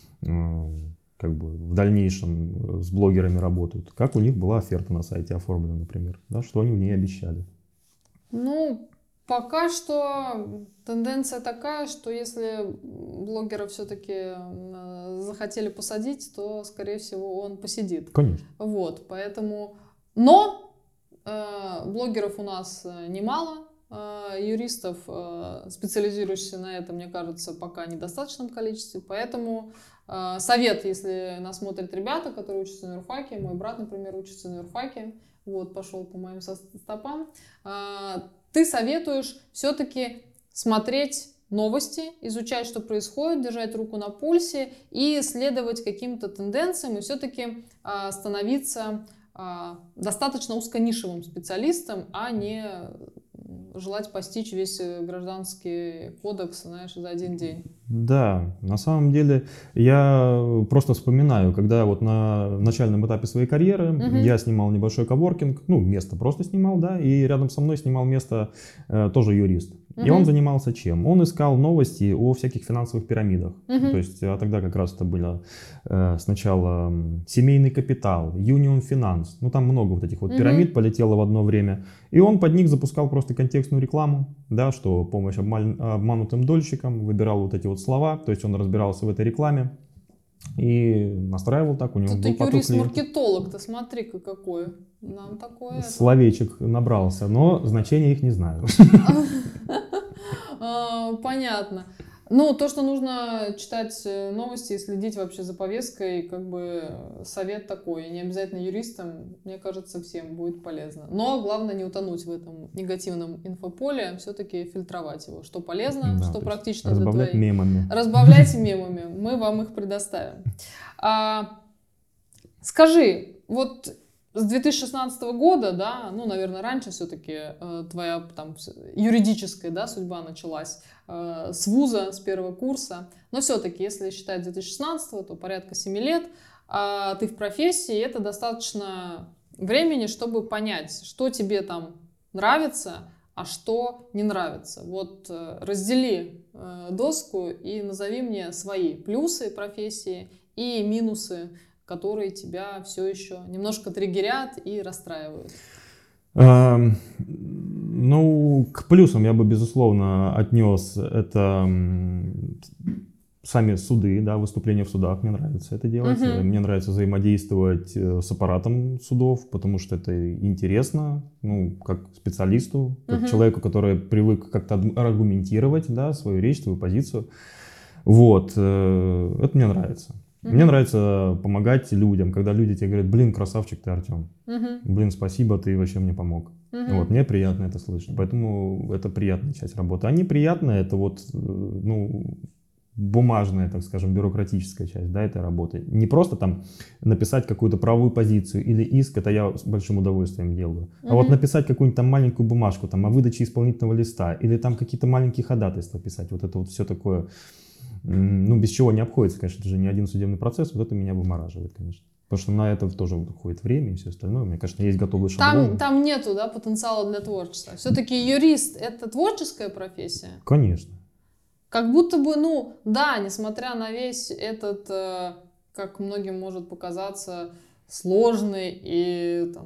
как бы в дальнейшем с блогерами работают. Как у них была оферта на сайте оформлена, например, да, что они в ней обещали. Ну, пока что тенденция такая, что если блогера все-таки захотели посадить, то, скорее всего, он посидит. Конечно. Вот, поэтому... Но э, блогеров у нас немало, э, юристов, э, специализирующихся на этом, мне кажется, пока в недостаточном количестве, поэтому... Совет, если нас смотрят ребята, которые учатся на юрфаке, мой брат, например, учится на юрфаке, вот, пошел по моим стопам, ты советуешь все-таки смотреть новости, изучать, что происходит, держать руку на пульсе и следовать каким-то тенденциям, и все-таки становиться достаточно узконишевым специалистом, а не желать постичь весь гражданский кодекс, знаешь, за один день. Да, на самом деле я просто вспоминаю, когда вот на начальном этапе своей карьеры Угу. я снимал небольшой коворкинг, ну, место просто снимал, да, и рядом со мной снимал место э, тоже юрист. Угу. И он занимался чем? Он искал новости о всяких финансовых пирамидах. Угу. То есть а тогда как раз это было э, сначала семейный капитал, Union Finance, ну там много вот этих вот угу. пирамид полетело в одно время. И он под них запускал просто контекстную рекламу, да, что помощь обман, обманутым дольщикам, выбирал вот эти вот слова, то есть он разбирался в этой рекламе и настраивал так, у него ты был поток клиентов. Юрист-маркетолог, ты смотри-ка какой. Нам такое... Словечек набрался, но значения их не знаю. Понятно. Ну, то, что нужно читать новости и следить вообще за повесткой, как бы совет такой. Не обязательно юристам, мне кажется, всем будет полезно. Но главное не утонуть в этом негативном инфополе, все-таки фильтровать его. Что полезно, Да, что практично для разбавлять твоей... мемами. Разбавляйте мемами, мы вам их предоставим. А, скажи, вот... С две тысячи шестнадцатого года, да, ну, наверное, раньше все-таки э, твоя там юридическая, да, судьба началась э, с вуза, с первого курса. Но все-таки, если считать две тысячи шестнадцатого, то порядка семи лет, а ты в профессии, это достаточно времени, чтобы понять, что тебе там нравится, а что не нравится. Вот э, раздели э, доску и назови мне свои плюсы профессии и минусы, которые тебя все еще немножко триггерят и расстраивают? А, ну, к плюсам я бы, безусловно, отнес это сами суды, да, выступления в судах. Мне нравится это делать. Uh-huh. Мне нравится взаимодействовать с аппаратом судов, потому что это интересно, ну, как специалисту, как uh-huh. человеку, который привык как-то аргументировать, да, свою речь, свою позицию. Вот, это мне нравится. Uh-huh. Мне нравится помогать людям, когда люди тебе говорят: блин, красавчик ты, Артем, uh-huh. блин, спасибо, ты вообще мне помог. Uh-huh. Вот, мне приятно это слышать, поэтому это приятная часть работы. А неприятная — это вот, ну, бумажная, так скажем, бюрократическая часть, да, этой работы. Не просто там написать какую-то правовую позицию или иск, это я с большим удовольствием делаю. Uh-huh. А вот написать какую-нибудь там маленькую бумажку там о выдаче исполнительного листа или там какие-то маленькие ходатайства писать, вот это вот все такое, ну, без чего не обходится, конечно, это же не один судебный процесс, вот это меня вымораживает, конечно. Потому что на это тоже уходит время и все остальное. У меня, конечно, есть готовые шаблоны. Там, там нету, да, потенциала для творчества. Все-таки юрист — это творческая профессия? Конечно. Как будто бы, ну, да, несмотря на весь этот, э, как многим может показаться, сложный и там,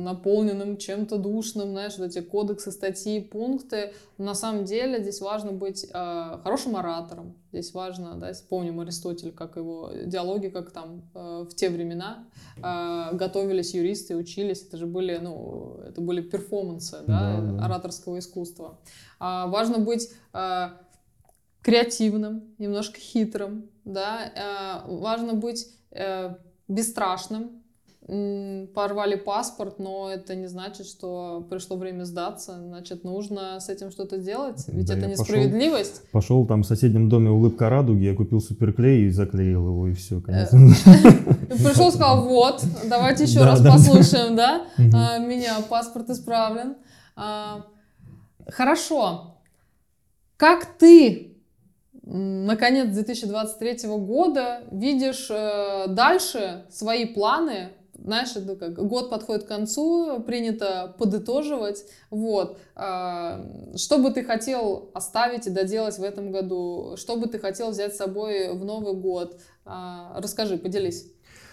наполненным чем-то душным, знаешь, вот эти кодексы, статьи, пункты. На самом деле здесь важно быть э, хорошим оратором. Здесь важно, да, вспомним Аристотеля, как его диалоги, как там э, в те времена э, готовились юристы, учились. Это же были, ну, это были перформансы, да, Да, да. ораторского искусства. А важно быть э, креативным, немножко хитрым, да. Э, важно быть э, бесстрашным. Порвали паспорт, но это не значит, что пришло время сдаться. Значит, нужно с этим что-то делать, ведь Да, это я несправедливость. Пошел, пошел там в соседнем доме «Улыбка радуги», я купил суперклей и заклеил его, и все, конец. Пришел, сказал, вот, давайте еще Да, раз да. послушаем, да, Мгм. А, меня, паспорт исправлен. А, Хорошо. Как ты, м, наконец, две тысячи двадцать третьего года видишь э, дальше свои планы? Знаешь, это как год подходит к концу, принято подытоживать. Вот. А, Что бы ты хотел оставить и доделать в этом году? Что бы ты хотел взять с собой в Новый год? А, Расскажи, поделись.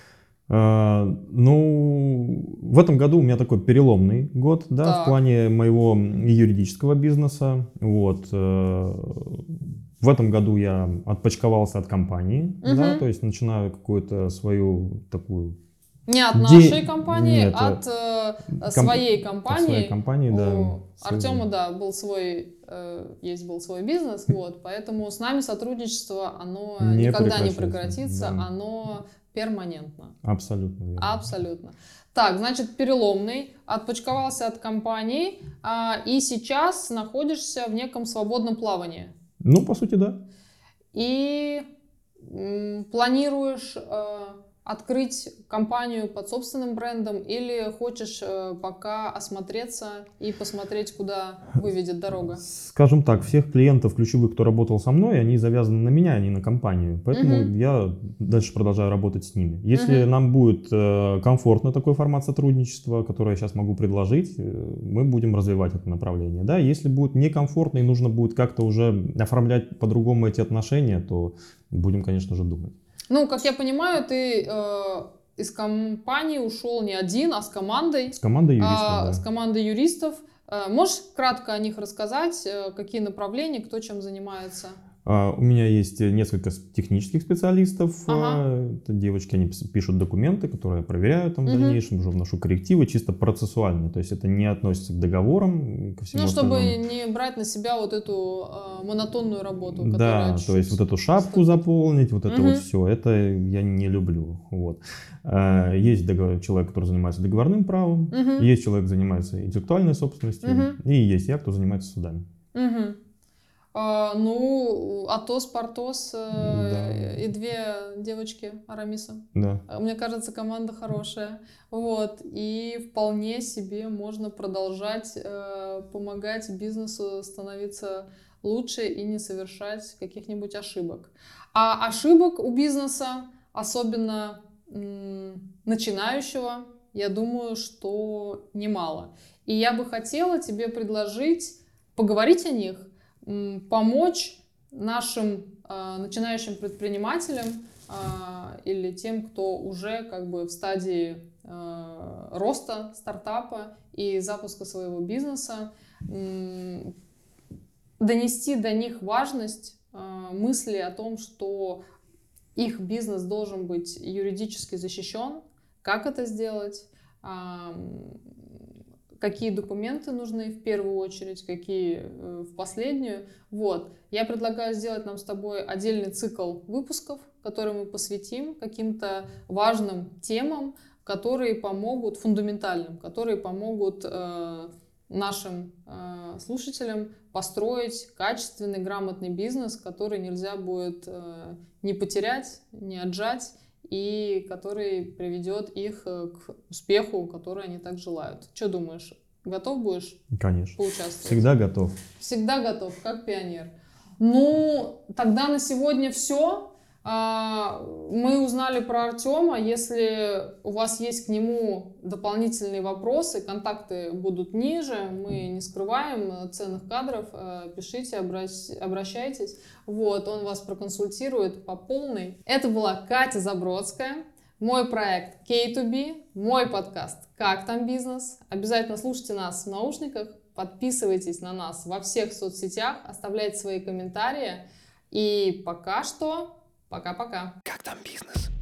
А, Ну, в этом году у меня такой переломный год, да, в Так. плане моего юридического бизнеса. Вот. э, В этом году я отпочковался от компании, да, Мгм. то есть начинаю какую-то свою такую... Не от Де- нашей компании, Нет, от э, ком- своей от компании. своей компании, да. У своего. Артема, да, был свой, э, есть был свой бизнес, вот, поэтому с нами сотрудничество, оно Не никогда не прекращается, прекратится, да. оно перманентно. Абсолютно верно. Абсолютно. Так, значит, переломный, отпочковался от компании, а, и сейчас находишься в неком свободном плавании. Ну, по сути, да. И м, планируешь э, открыть компанию под собственным брендом или хочешь э, пока осмотреться и посмотреть, куда выведет дорога? Скажем так, всех клиентов ключевых, кто работал со мной, они завязаны на меня, а не на компанию. Поэтому Мгм. я дальше продолжаю работать с ними. Если Мгм. нам будет э, комфортно такой формат сотрудничества, который я сейчас могу предложить, э, мы будем развивать это направление. Да? Если будет некомфортно и нужно будет как-то уже оформлять по-другому эти отношения, то будем, конечно же, думать. Ну, как я понимаю, ты э, из компании ушел не один, а с командой. С командой юристов, А, да. С командой юристов. Э, Можешь кратко о них рассказать? Э, Какие направления, кто чем занимается? А, У меня есть несколько с- технических специалистов. Ага. а, Это девочки, они пис- пишут документы, которые я проверяю там в Мгм. дальнейшем, уже вношу коррективы, чисто процессуальные. То есть это не относится к договорам и ко всему Ну, чтобы остальному. не брать на себя вот эту э, монотонную работу, которая Да, то есть чуть-чуть вот эту шапку стопит. заполнить, вот это вот Мгм. все, это я не люблю. Вот. А, Есть договор- человек, который занимается договорным правом, Мгм. есть человек, который занимается интеллектуальной собственностью, Мгм. и есть я, кто занимается судами. Мгм. А, ну, Атос, Портос э, Да. и две девочки Арамиса. Да. А, Мне кажется, команда хорошая. Вот. И вполне себе можно продолжать э, помогать бизнесу становиться лучше и не совершать каких-нибудь ошибок. А ошибок у бизнеса, особенно м, начинающего, я думаю, что немало. И я бы хотела тебе предложить поговорить о них, м, помочь нашим э, начинающим предпринимателям а, или тем, кто уже как бы в стадии э, роста стартапа и запуска своего бизнеса, м, донести до них важность э, мысли о том, что их бизнес должен быть юридически защищен, как это сделать, ам, какие документы нужны в первую очередь, какие э, в последнюю. Вот. Я предлагаю сделать нам с тобой отдельный цикл выпусков, который мы посвятим каким-то важным темам, которые помогут, фундаментальным, которые помогут э, нашим э, слушателям построить качественный, грамотный бизнес, который нельзя будет э, не потерять, не отжать, и который приведет их э, к успеху, который они так желают. Что думаешь? Готов будешь Конечно. поучаствовать? Всегда готов. Всегда готов, как пионер. Ну, тогда на сегодня все. Мы узнали про Артема. Если у вас есть к нему дополнительные вопросы, контакты будут ниже. Мы не скрываем ценных кадров. Пишите, обращайтесь. Вот, он вас проконсультирует по полной. Это была Катя Забродская, Мой проект кей ту би, мой подкаст «Как там бизнес?». Обязательно слушайте нас в наушниках, подписывайтесь на нас во всех соцсетях, оставляйте свои комментарии. И пока что, пока-пока. Как там бизнес?